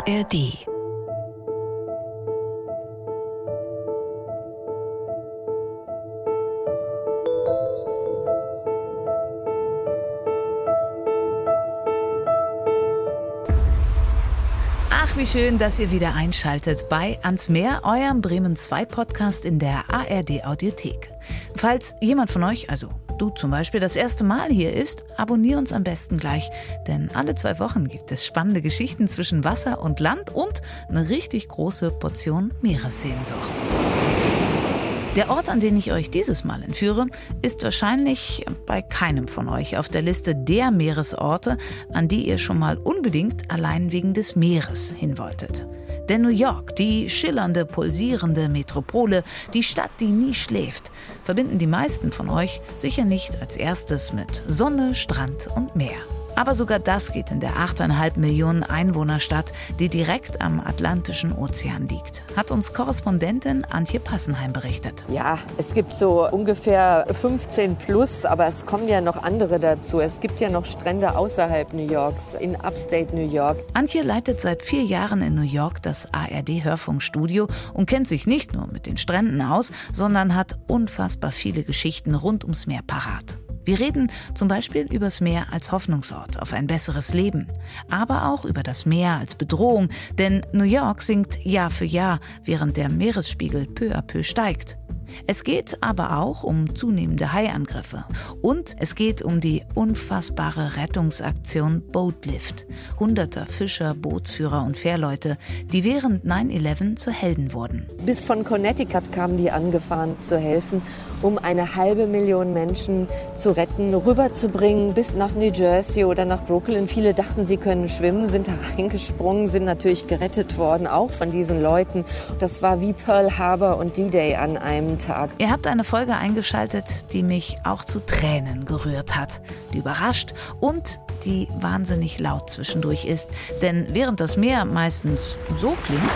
ARD. Ach, wie schön, dass ihr wieder einschaltet bei Ans Meer, eurem Bremen 2 Podcast in der ARD Audiothek. Falls jemand von euch, also du zum Beispiel, das erste Mal hier ist, abonnier uns am besten gleich, denn alle 2 Wochen gibt es spannende Geschichten zwischen Wasser und Land und eine richtig große Portion Meeressehnsucht. Der Ort, an den ich euch dieses Mal entführe, ist wahrscheinlich bei keinem von euch auf der Liste der Meeresorte, an die ihr schon mal unbedingt allein wegen des Meeres hin wolltet. Denn New York, die schillernde, pulsierende Metropole, die Stadt, die nie schläft, verbinden die meisten von euch sicher nicht als erstes mit Sonne, Strand und Meer. Aber sogar das geht in der 8,5 Millionen Einwohnerstadt, die direkt am Atlantischen Ozean liegt, hat uns Korrespondentin Antje Passenheim berichtet. Ja, es gibt so ungefähr 15 plus, aber es kommen ja noch andere dazu. Es gibt ja noch Strände außerhalb New Yorks, in Upstate New York. Antje leitet seit 4 Jahren in New York das ARD-Hörfunkstudio und kennt sich nicht nur mit den Stränden aus, sondern hat unfassbar viele Geschichten rund ums Meer parat. Wir reden zum Beispiel übers Meer als Hoffnungsort auf ein besseres Leben, aber auch über das Meer als Bedrohung, denn New York sinkt Jahr für Jahr, während der Meeresspiegel peu à peu steigt. Es geht aber auch um zunehmende Haiangriffe und es geht um die unfassbare Rettungsaktion Boatlift. Hunderter Fischer, Bootsführer und Fährleute, die während 9/11 zu Helden wurden. Bis von Connecticut kamen die angefahren zu helfen, um 500.000 Menschen zu retten, rüberzubringen bis nach New Jersey oder nach Brooklyn. Viele dachten, sie können schwimmen, sind da reingesprungen, sind natürlich gerettet worden, auch von diesen Leuten. Das war wie Pearl Harbor und D-Day an einem Tag. Ihr habt eine Folge eingeschaltet, die mich auch zu Tränen gerührt hat, die überrascht und die wahnsinnig laut zwischendurch ist. Denn während das Meer meistens so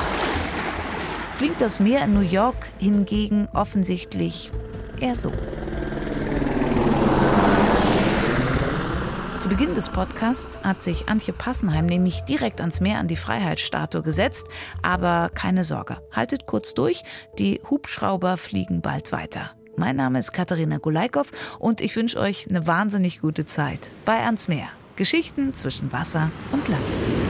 klingt das Meer in New York hingegen offensichtlich eher so. Zu Beginn des Podcasts hat sich Antje Passenheim nämlich direkt ans Meer an die Freiheitsstatue gesetzt. Aber keine Sorge, haltet kurz durch, die Hubschrauber fliegen bald weiter. Mein Name ist Katharina Gulaikow und ich wünsche euch eine wahnsinnig gute Zeit bei Ans Meer. Geschichten zwischen Wasser und Land.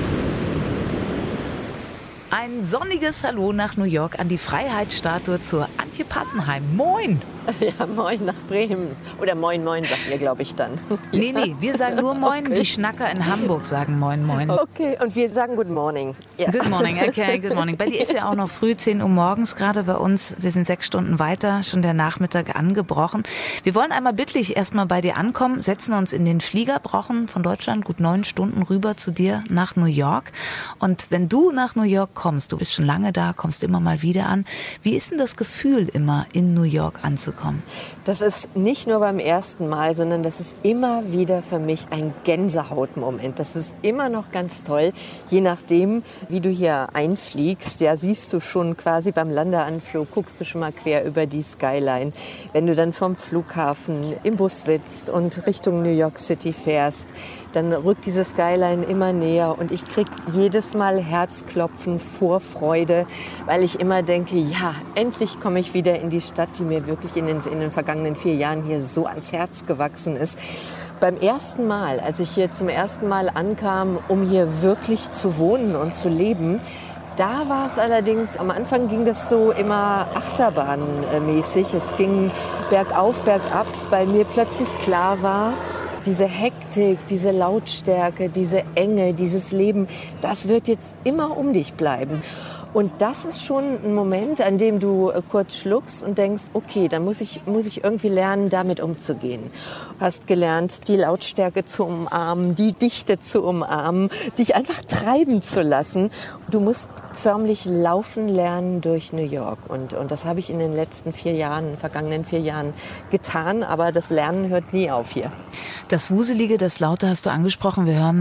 Ein sonniges Hallo nach New York an die Freiheitsstatue zur Antje Passenheim. Moin! Ja, moin nach Bremen. Oder moin, moin, sagt mir, glaube ich, dann. Nee, wir sagen nur moin. Okay. Die Schnacker in Hamburg sagen moin, moin. Okay, und wir sagen good morning. Ja. Good morning, okay, good morning. Bei dir ist ja auch noch früh, 10 Uhr morgens gerade bei uns. Wir sind 6 Stunden weiter, schon der Nachmittag angebrochen. Wir wollen einmal bittlich erstmal bei dir ankommen, setzen uns in den Flieger, brauchen von Deutschland gut 9 Stunden rüber zu dir nach New York. Und wenn du nach New York kommst, du bist schon lange da, kommst immer mal wieder an. Wie ist denn das Gefühl, immer in New York anzukommen? Das ist nicht nur beim ersten Mal, sondern das ist immer wieder für mich ein Gänsehautmoment. Das ist immer noch ganz toll. Je nachdem, wie du hier einfliegst, ja, siehst du schon quasi beim Landeanflug, guckst du schon mal quer über die Skyline. Wenn du dann vom Flughafen im Bus sitzt und Richtung New York City fährst, dann rückt diese Skyline immer näher und ich krieg jedes Mal Herzklopfen vor Freude, weil ich immer denke, ja, endlich komme ich wieder in die Stadt, die mir wirklich in den vergangenen 4 Jahren hier so ans Herz gewachsen ist. Beim ersten Mal, als ich hier zum ersten Mal ankam, um hier wirklich zu wohnen und zu leben, da war es allerdings, am Anfang ging das so immer achterbahnmäßig. Es ging bergauf, bergab, weil mir plötzlich klar war, diese Hektik, diese Lautstärke, diese Enge, dieses Leben, das wird jetzt immer um dich bleiben. Und das ist schon ein Moment, an dem du kurz schluckst und denkst, okay, dann muss ich irgendwie lernen, damit umzugehen. Du hast gelernt, die Lautstärke zu umarmen, die Dichte zu umarmen, dich einfach treiben zu lassen. Du musst förmlich laufen lernen durch New York. Und das habe ich in den letzten vergangenen 4 Jahren getan. Aber das Lernen hört nie auf hier. Das Wuselige, das Laute hast du angesprochen. Wir hören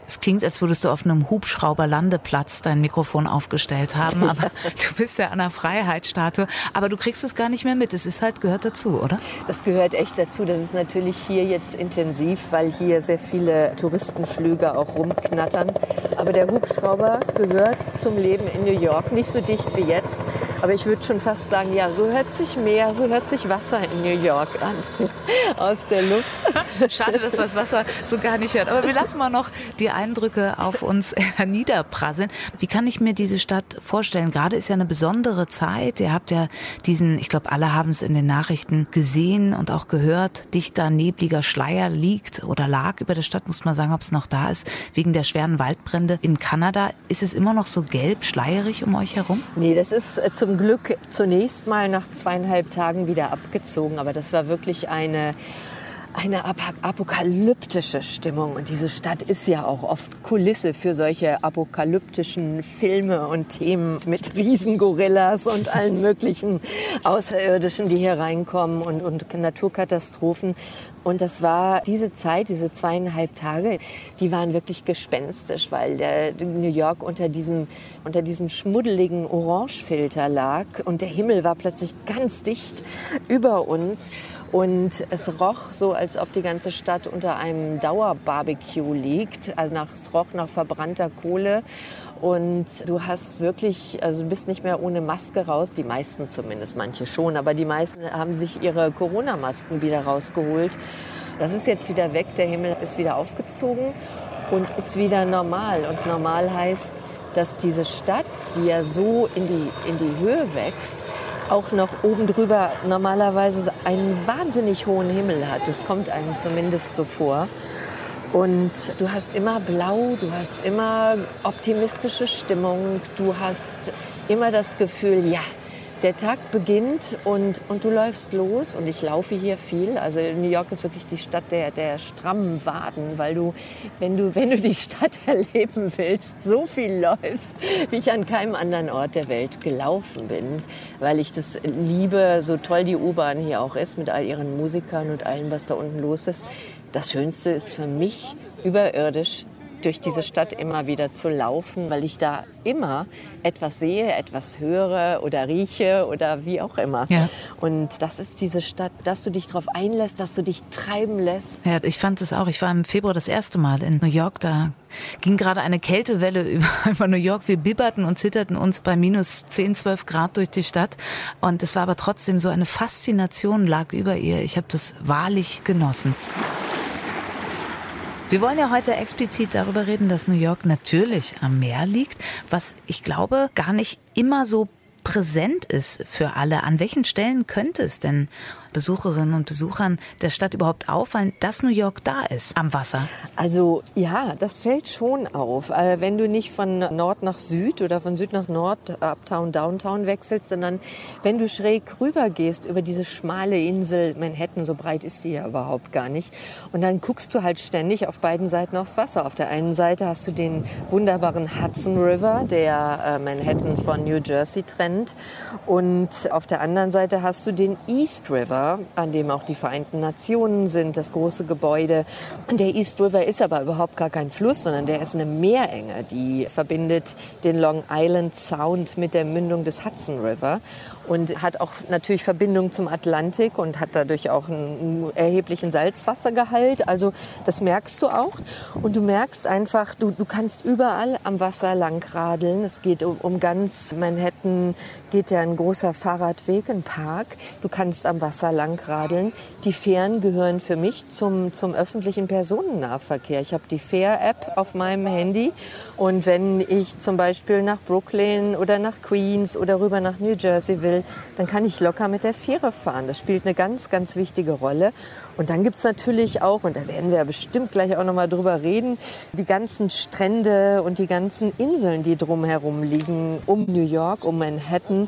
Es klingt, als würdest du auf einem Hubschrauberlandeplatz dein Mikrofon aufgestellt haben, aber du bist ja an einer Freiheitsstatue. Aber du kriegst es gar nicht mehr mit. Es ist halt, gehört dazu, oder? Das gehört echt dazu. Das ist natürlich hier jetzt intensiv, weil hier sehr viele Touristenflüge auch rumknattern. Aber der Hubschrauber gehört zum Leben in New York. Nicht so dicht wie jetzt. Aber ich würde schon fast sagen, ja, so hört sich Meer, so hört sich Wasser in New York an. Aus der Luft. Schade, dass wir das Wasser so gar nicht hört. Aber wir lassen mal noch die Eindrücke auf uns herniederprasseln. Wie kann ich mir diese Stadt vorstellen? Gerade ist ja eine besondere Zeit. Ihr habt ja diesen, ich glaube, alle haben es in den Nachrichten gesehen und auch gehört, dichter, nebliger Schleier liegt oder lag über der Stadt, muss man sagen, ob es noch da ist, wegen der schweren Waldbrände in Kanada. Ist es immer noch so gelb, schleierig um euch herum? Nee, das ist zum Glück zunächst mal nach 2,5 Tagen wieder abgezogen. Aber das war wirklich eine apokalyptische Stimmung. Und diese Stadt ist ja auch oft Kulisse für solche apokalyptischen Filme und Themen mit Riesengorillas und allen möglichen Außerirdischen, die hier reinkommen und Naturkatastrophen. Und das war diese Zeit, diese 2,5 Tage, die waren wirklich gespenstisch, weil New York unter diesem schmuddeligen Orangefilter lag und der Himmel war plötzlich ganz dicht über uns. Und es roch so, als ob die ganze Stadt unter einem Dauerbarbecue liegt. Also es roch nach verbrannter Kohle. Und du hast wirklich, also du bist nicht mehr ohne Maske raus. Die meisten zumindest, manche schon. Aber die meisten haben sich ihre Corona-Masken wieder rausgeholt. Das ist jetzt wieder weg. Der Himmel ist wieder aufgezogen und ist wieder normal. Und normal heißt, dass diese Stadt, die ja so in die Höhe wächst, auch noch oben drüber normalerweise einen wahnsinnig hohen Himmel hat. Das kommt einem zumindest so vor. Und du hast immer Blau, du hast immer optimistische Stimmung, du hast immer das Gefühl, ja, der Tag beginnt und du läufst los und ich laufe hier viel. Also New York ist wirklich die Stadt der strammen Waden, weil du, wenn du die Stadt erleben willst, so viel läufst, wie ich an keinem anderen Ort der Welt gelaufen bin, weil ich das liebe, so toll die U-Bahn hier auch ist mit all ihren Musikern und allem, was da unten los ist. Das Schönste ist für mich überirdisch, durch diese Stadt immer wieder zu laufen, weil ich da immer etwas sehe, etwas höre oder rieche oder wie auch immer. Ja. Und das ist diese Stadt, dass du dich darauf einlässt, dass du dich treiben lässt. Ja, ich fand es auch. Ich war im Februar das erste Mal in New York. Da ging gerade eine Kältewelle über New York. Wir bibberten und zitterten uns bei minus 10, 12 Grad durch die Stadt. Und es war aber trotzdem so eine Faszination lag über ihr. Ich habe das wahrlich genossen. Wir wollen ja heute explizit darüber reden, dass New York natürlich am Meer liegt, was ich glaube gar nicht immer so präsent ist für alle. An welchen Stellen könnte es denn Besucherinnen und Besuchern der Stadt überhaupt auffallen, dass New York da ist am Wasser? Also ja, das fällt schon auf. Wenn du nicht von Nord nach Süd oder von Süd nach Nord, Uptown, Downtown wechselst, sondern wenn du schräg rüber gehst über diese schmale Insel Manhattan, so breit ist die ja überhaupt gar nicht. Und dann guckst du halt ständig auf beiden Seiten aufs Wasser. Auf der einen Seite hast du den wunderbaren Hudson River, der Manhattan von New Jersey trennt. Und auf der anderen Seite hast du den East River, an dem auch die Vereinten Nationen sind, das große Gebäude. Und der East River ist aber überhaupt gar kein Fluss, sondern der ist eine Meerenge, die verbindet den Long Island Sound mit der Mündung des Hudson River und hat auch natürlich Verbindung zum Atlantik und hat dadurch auch einen erheblichen Salzwassergehalt. Also das merkst du auch. Und du merkst einfach, du kannst überall am Wasser langradeln. Es geht um ganz Manhattan, geht ja ein großer Fahrradweg, ein Park. Du kannst am Wasser langradeln. Die Fähren gehören für mich zum öffentlichen Personennahverkehr. Ich habe die Fähr-App auf meinem Handy und wenn ich zum Beispiel nach Brooklyn oder nach Queens oder rüber nach New Jersey will, dann kann ich locker mit der Fähre fahren. Das spielt eine ganz, ganz wichtige Rolle. Und dann gibt es natürlich auch, und da werden wir bestimmt gleich auch noch mal drüber reden, die ganzen Strände und die ganzen Inseln, die drumherum liegen, um New York, um Manhattan.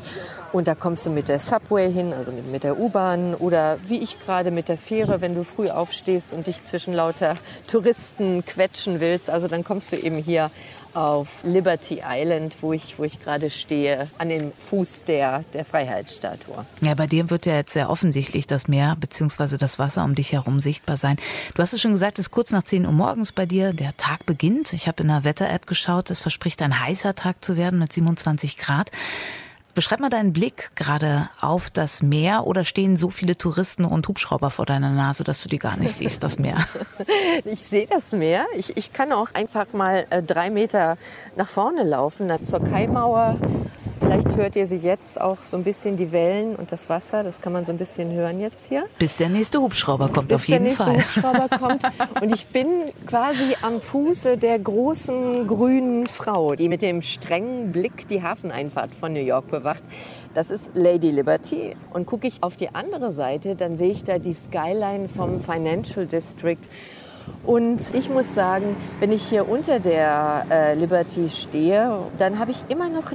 Und da kommst du mit der Subway hin, also mit der U-Bahn oder wie ich gerade mit der Fähre, wenn du früh aufstehst und dich zwischen lauter Touristen quetschen willst. Also dann kommst du eben hier auf Liberty Island, wo ich gerade stehe, an dem Fuß der Freiheitsstatue. Ja, bei dir wird ja jetzt sehr offensichtlich das Meer bzw. das Wasser um dich herum sichtbar sein. Du hast es schon gesagt, es ist kurz nach 10 Uhr morgens bei dir. Der Tag beginnt. Ich habe in der Wetter-App geschaut. Es verspricht ein heißer Tag zu werden mit 27 Grad. Beschreib mal deinen Blick gerade auf das Meer, oder stehen so viele Touristen und Hubschrauber vor deiner Nase, dass du die gar nicht siehst, das Meer? Ich sehe das Meer. Ich kann auch einfach mal 3 Meter nach vorne laufen, zur Kaimauer. Vielleicht hört ihr sie jetzt auch so ein bisschen, die Wellen und das Wasser. Das kann man so ein bisschen hören jetzt hier. Bis der nächste Hubschrauber kommt, auf jeden Fall. Bis der nächste Hubschrauber kommt. Und ich bin quasi am Fuße der großen grünen Frau, die mit dem strengen Blick die Hafeneinfahrt von New York bewacht. Das ist Lady Liberty. Und gucke ich auf die andere Seite, dann sehe ich da die Skyline vom Financial District. Und ich muss sagen, wenn ich hier unter der Liberty stehe, dann habe ich immer noch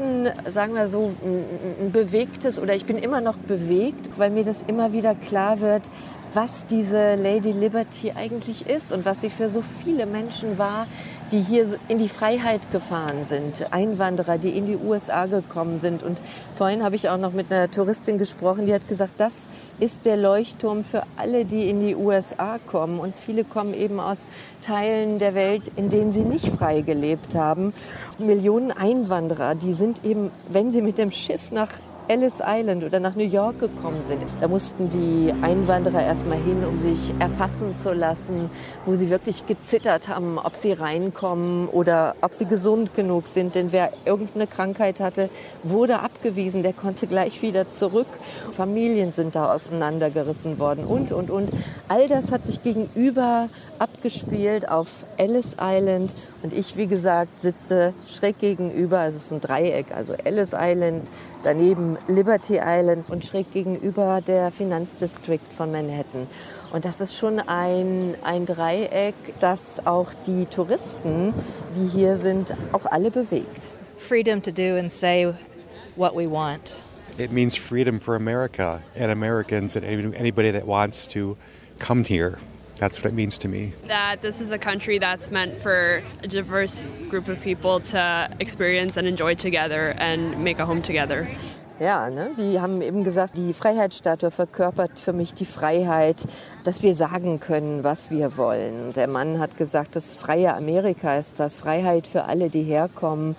ein bewegtes, oder ich bin immer noch bewegt, weil mir das immer wieder klar wird, was diese Lady Liberty eigentlich ist und was sie für so viele Menschen war, die hier in die Freiheit gefahren sind. Einwanderer, die in die USA gekommen sind. Und vorhin habe ich auch noch mit einer Touristin gesprochen, die hat gesagt, das ist der Leuchtturm für alle, die in die USA kommen. Und viele kommen eben aus Teilen der Welt, in denen sie nicht frei gelebt haben. Millionen Einwanderer, die sind eben, wenn sie mit dem Schiff nach Ellis Island oder nach New York gekommen sind. Da mussten die Einwanderer erstmal hin, um sich erfassen zu lassen, wo sie wirklich gezittert haben, ob sie reinkommen oder ob sie gesund genug sind. Denn wer irgendeine Krankheit hatte, wurde abgewiesen, der konnte gleich wieder zurück. Familien sind da auseinandergerissen worden und. All das hat sich gegenüber abgespielt auf Ellis Island. Und ich, wie gesagt, sitze schräg gegenüber. Es ist ein Dreieck, also Ellis Island, daneben Liberty Island und schräg gegenüber der Finanzdistrikt von Manhattan. Und das ist schon ein Dreieck, das auch die Touristen, die hier sind, auch alle bewegt. Freedom to do and say what we want. It means freedom for America and Americans and anybody that wants to come here. That's what it means to me. That this is a country that's meant for a diverse group of people to experience and enjoy together and make a home together. Ja, ne? Die haben eben gesagt, die Freiheitsstatue verkörpert für mich die Freiheit, dass wir sagen können, was wir wollen. Der Mann hat gesagt, das freie Amerika ist das, Freiheit für alle, die herkommen.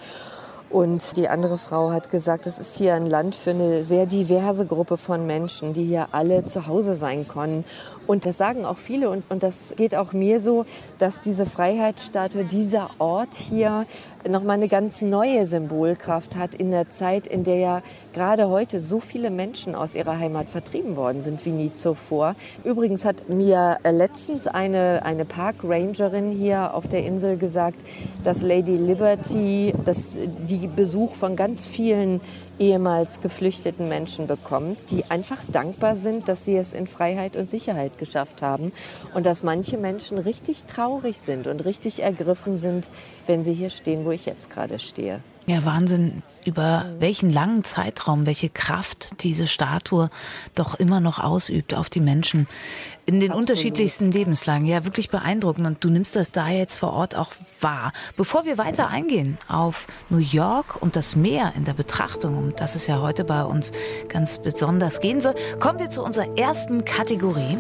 Und die andere Frau hat gesagt, es ist hier ein Land für eine sehr diverse Gruppe von Menschen, die hier alle zu Hause sein können. Und das sagen auch viele und das geht auch mir so, dass diese Freiheitsstatue, dieser Ort hier nochmal eine ganz neue Symbolkraft hat in der Zeit, in der ja gerade heute so viele Menschen aus ihrer Heimat vertrieben worden sind wie nie zuvor. Übrigens hat mir letztens eine Parkrangerin hier auf der Insel gesagt, dass Lady Liberty die Besuch von ganz vielen ehemals geflüchteten Menschen bekommt, die einfach dankbar sind, dass sie es in Freiheit und Sicherheit geschafft haben und dass manche Menschen richtig traurig sind und richtig ergriffen sind, wenn sie hier stehen, wo ich jetzt gerade stehe. Ja, Wahnsinn, über welchen langen Zeitraum, welche Kraft diese Statue doch immer noch ausübt auf die Menschen in den unterschiedlichsten Lebenslagen. Ja, wirklich beeindruckend. Und du nimmst das da jetzt vor Ort auch wahr. Bevor wir weiter eingehen auf New York und das Meer in der Betrachtung, um das es ja heute bei uns ganz besonders gehen soll, kommen wir zu unserer ersten Kategorie.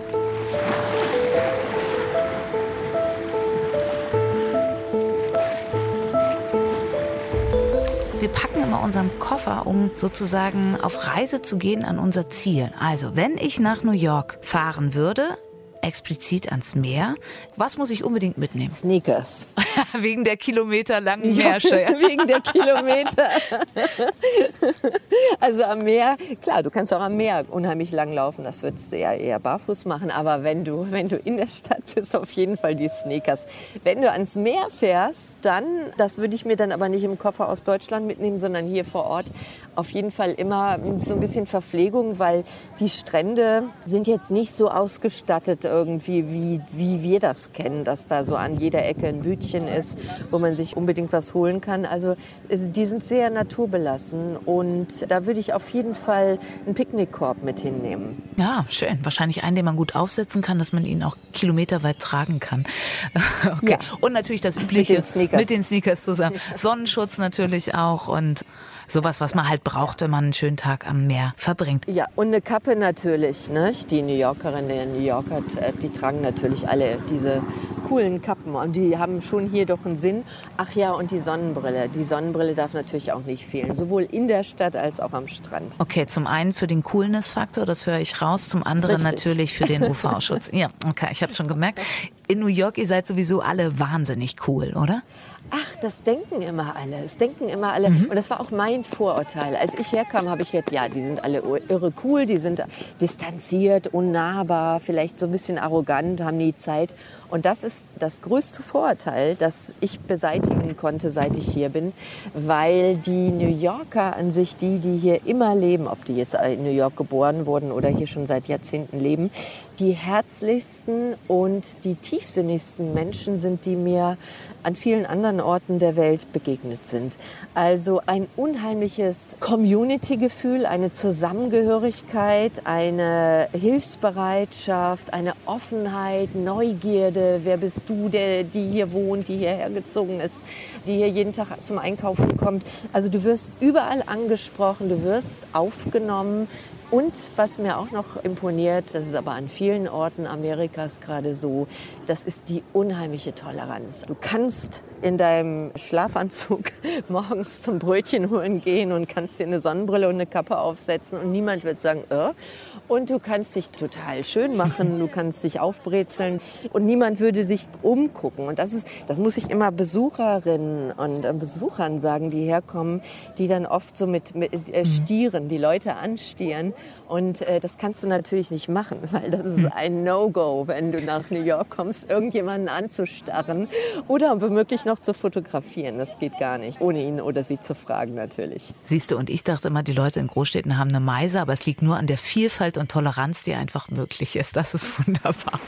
Wir packen immer unseren Koffer, um sozusagen auf Reise zu gehen an unser Ziel. Also, wenn ich nach New York fahren würde, explizit ans Meer, was muss ich unbedingt mitnehmen? Sneakers. Wegen der kilometerlangen Märsche. Ja, wegen der Kilometer. Also am Meer, klar, du kannst auch am Meer unheimlich lang laufen. Das würdest du ja eher barfuß machen. Aber wenn du in der Stadt ist auf jeden Fall die Sneakers. Wenn du ans Meer fährst, dann, das würde ich mir dann aber nicht im Koffer aus Deutschland mitnehmen, sondern hier vor Ort auf jeden Fall immer so ein bisschen Verpflegung, weil die Strände sind jetzt nicht so ausgestattet irgendwie, wie wir das kennen, dass da so an jeder Ecke ein Bütchen ist, wo man sich unbedingt was holen kann. Also die sind sehr naturbelassen und da würde ich auf jeden Fall einen Picknickkorb mit hinnehmen. Ja, schön. Wahrscheinlich einen, den man gut aufsetzen kann, dass man ihn auch kilometerweit tragen kann. Okay. Ja. Und natürlich das Übliche mit den Sneakers zusammen. Sonnenschutz natürlich auch und sowas, was man halt braucht, wenn man einen schönen Tag am Meer verbringt. Ja, und eine Kappe natürlich. Ne? Die New Yorkerinnen, der New Yorker, die tragen natürlich alle diese coolen Kappen. Und die haben schon hier doch einen Sinn. Ach ja, und die Sonnenbrille. Die Sonnenbrille darf natürlich auch nicht fehlen. Sowohl in der Stadt als auch am Strand. Okay, zum einen für den Coolness-Faktor, das höre ich raus. Zum anderen natürlich für den UV-Schutz. Ja, okay, ich habe schon gemerkt. In New York, ihr seid sowieso alle wahnsinnig cool, oder? Ach, das denken immer alle. Das denken immer alle. Und das war auch mein Vorurteil. Als ich herkam, habe ich gedacht, ja, die sind alle irre cool, die sind distanziert, unnahbar, vielleicht so ein bisschen arrogant, haben nie Zeit. Und das ist das größte Vorurteil, das ich beseitigen konnte, seit ich hier bin, weil die New Yorker an sich, die hier immer leben, ob die jetzt in New York geboren wurden oder hier schon seit Jahrzehnten leben, die herzlichsten und die tiefsinnigsten Menschen sind, die mir an vielen anderen Orten der Welt begegnet sind. Also ein unheimliches Community-Gefühl, eine Zusammengehörigkeit, eine Hilfsbereitschaft, eine Offenheit, Neugierde. Wer bist du, die hier wohnt, die hierher gezogen ist, die hier jeden Tag zum Einkaufen kommt? Also du wirst überall angesprochen, du wirst aufgenommen. Und was mir auch noch imponiert, das ist aber an vielen Orten Amerikas gerade so, das ist die unheimliche Toleranz. Du kannst in deinem Schlafanzug morgens zum Brötchen holen gehen und kannst dir eine Sonnenbrille und eine Kappe aufsetzen und niemand wird sagen, Und du kannst dich total schön machen, du kannst dich aufbrezeln und niemand würde sich umgucken. Und das muss ich immer Besucherinnen und Besuchern sagen, die herkommen, die dann oft so mit stieren, die Leute anstieren. Und das kannst du natürlich nicht machen, weil das ist ein No-Go, wenn du nach New York kommst, irgendjemanden anzustarren oder womöglich noch zu fotografieren. Das geht gar nicht, ohne ihn oder sie zu fragen natürlich. Siehst du, und ich dachte immer, die Leute in Großstädten haben eine Meise, aber es liegt nur an der Vielfalt und Toleranz, die einfach möglich ist. Das ist wunderbar.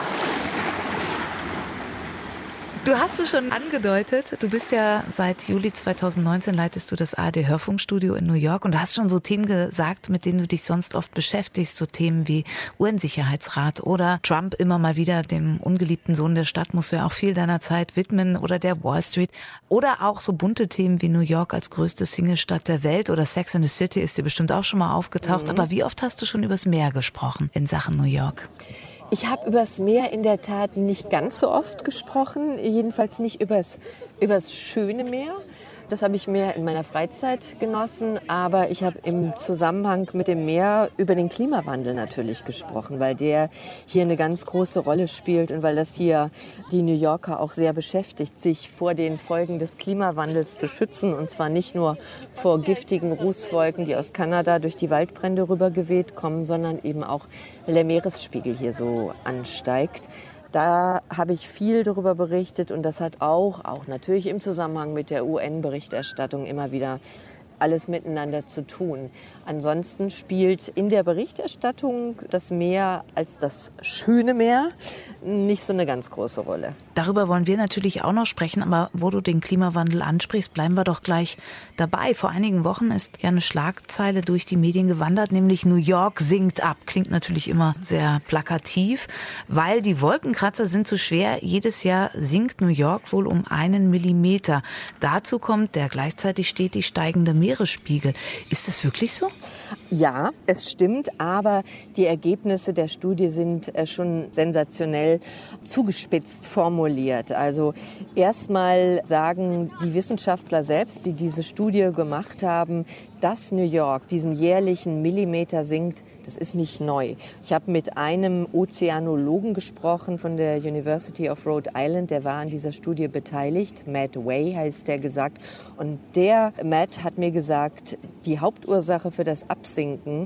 Du hast es schon angedeutet, du bist ja seit Juli 2019, leitest du das ARD-Hörfunkstudio in New York und du hast schon so Themen gesagt, mit denen du dich sonst oft beschäftigst, so Themen wie UN-Sicherheitsrat oder Trump immer mal wieder, dem ungeliebten Sohn der Stadt, musst du ja auch viel deiner Zeit widmen oder der Wall Street oder auch so bunte Themen wie New York als größte Singlestadt der Welt oder Sex and the City ist dir bestimmt auch schon mal aufgetaucht, aber wie oft hast du schon übers Meer gesprochen in Sachen New York? Ich habe übers Meer in der Tat nicht ganz so oft gesprochen, jedenfalls nicht übers schöne Meer. Das habe ich mehr in meiner Freizeit genossen, aber ich habe im Zusammenhang mit dem Meer über den Klimawandel natürlich gesprochen, weil der hier eine ganz große Rolle spielt und weil das hier die New Yorker auch sehr beschäftigt, sich vor den Folgen des Klimawandels zu schützen und zwar nicht nur vor giftigen Rußwolken, die aus Kanada durch die Waldbrände rübergeweht kommen, sondern eben auch, weil der Meeresspiegel hier so ansteigt. Da habe ich viel darüber berichtet und das hat auch natürlich im Zusammenhang mit der UN-Berichterstattung immer wieder alles miteinander zu tun. Ansonsten spielt in der Berichterstattung das Meer als das schöne Meer nicht so eine ganz große Rolle. Darüber wollen wir natürlich auch noch sprechen, aber wo du den Klimawandel ansprichst, bleiben wir doch gleich dabei. Vor einigen Wochen ist ja eine Schlagzeile durch die Medien gewandert, nämlich New York sinkt ab. Klingt natürlich immer sehr plakativ, weil die Wolkenkratzer sind zu schwer. Jedes Jahr sinkt New York wohl um 1 Millimeter. Dazu kommt der gleichzeitig stetig steigende Meeresspiegel. Ist das wirklich so? Ja, es stimmt, aber die Ergebnisse der Studie sind schon sensationell zugespitzt formuliert. Also erstmal sagen die Wissenschaftler selbst, die diese Studie gemacht haben, dass New York diesen jährlichen Millimeter sinkt, das ist nicht neu. Ich habe mit einem Ozeanologen gesprochen von der University of Rhode Island, der war an dieser Studie beteiligt. Matt Way heißt der gesagt. Und der Matt hat mir gesagt, die Hauptursache für das Absinken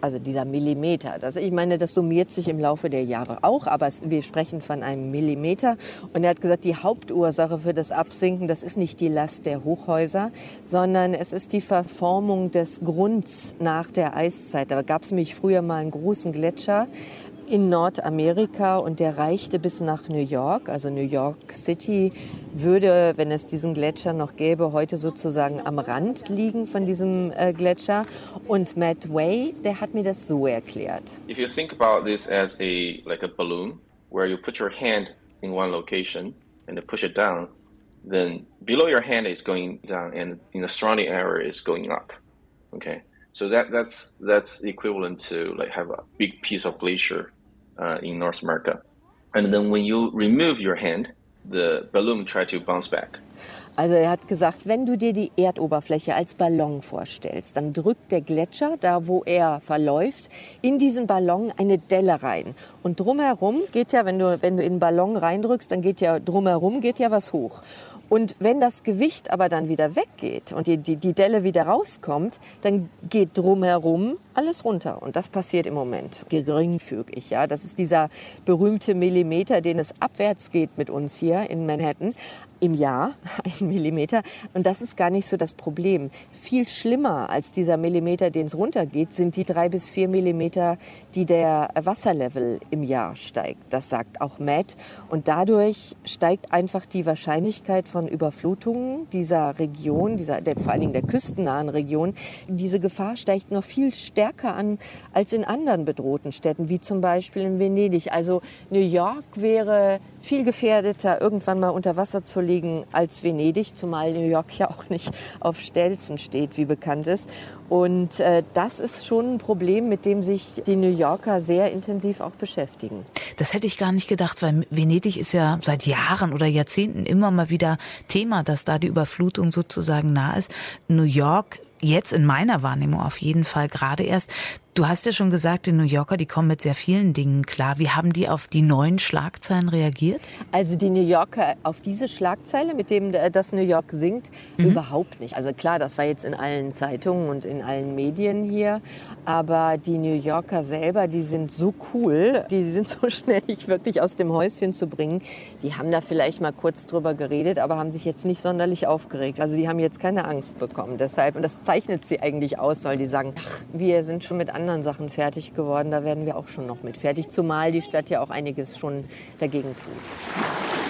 also dieser Millimeter. Ich meine, das summiert sich im Laufe der Jahre auch, aber wir sprechen von einem Millimeter. Und er hat gesagt, die Hauptursache für das Absinken, das ist nicht die Last der Hochhäuser, sondern es ist die Verformung des Grunds nach der Eiszeit. Da gab es nämlich früher mal einen großen Gletscher in Nordamerika und der reichte bis nach New York. Also New York City würde, wenn es diesen Gletscher noch gäbe, heute sozusagen am Rand liegen von diesem Gletscher. Und Matt Way, der hat mir das so erklärt. If you think about this as like a balloon, where you put your hand in one location and you push it down, then below your hand is going down and in the surrounding area is going up. Okay, so that's equivalent to like have a big piece of glacier in North America, and then when you remove your hand, the balloon try to bounce back. Also er hat gesagt, wenn du dir die Erdoberfläche als Ballon vorstellst, dann drückt der Gletscher, da wo er verläuft, in diesen Ballon eine Delle rein. Und drumherum geht ja, wenn du in den Ballon reindrückst, dann geht ja drumherum was hoch. Und wenn das Gewicht aber dann wieder weggeht und die Delle wieder rauskommt, dann geht drumherum alles runter. Und das passiert im Moment geringfügig. Ja? Das ist dieser berühmte Millimeter, den es abwärts geht mit uns hier in Manhattan. Im Jahr, 1 Millimeter. Und das ist gar nicht so das Problem. Viel schlimmer als dieser Millimeter, den es runtergeht, sind die 3 bis 4 Millimeter, die der Wasserlevel im Jahr steigt. Das sagt auch Matt. Und dadurch steigt einfach die Wahrscheinlichkeit von Überflutungen dieser Region, vor allen Dingen der küstennahen Region. Diese Gefahr steigt noch viel stärker an als in anderen bedrohten Städten, wie zum Beispiel in Venedig. Also New York wäre viel gefährdeter, irgendwann mal unter Wasser zu liegen als Venedig, zumal New York ja auch nicht auf Stelzen steht, wie bekannt ist. Und das ist schon ein Problem, mit dem sich die New Yorker sehr intensiv auch beschäftigen. Das hätte ich gar nicht gedacht, weil Venedig ist ja seit Jahren oder Jahrzehnten immer mal wieder Thema, dass da die Überflutung sozusagen nah ist. New York jetzt in meiner Wahrnehmung auf jeden Fall gerade erst. Du hast ja schon gesagt, die New Yorker, die kommen mit sehr vielen Dingen klar. Wie haben die auf die neuen Schlagzeilen reagiert? Also die New Yorker auf diese Schlagzeile, mit dem das New York singt, überhaupt nicht. Also klar, das war jetzt in allen Zeitungen und in allen Medien hier. Aber die New Yorker selber, die sind so cool, die sind so schnell nicht wirklich aus dem Häuschen zu bringen. Die haben da vielleicht mal kurz drüber geredet, aber haben sich jetzt nicht sonderlich aufgeregt. Also die haben jetzt keine Angst bekommen. Deshalb, und das zeichnet sie eigentlich aus, weil die sagen, ach, wir sind schon mit anderen Sachen fertig geworden, da werden wir auch schon noch mit fertig, zumal die Stadt ja auch einiges schon dagegen tut.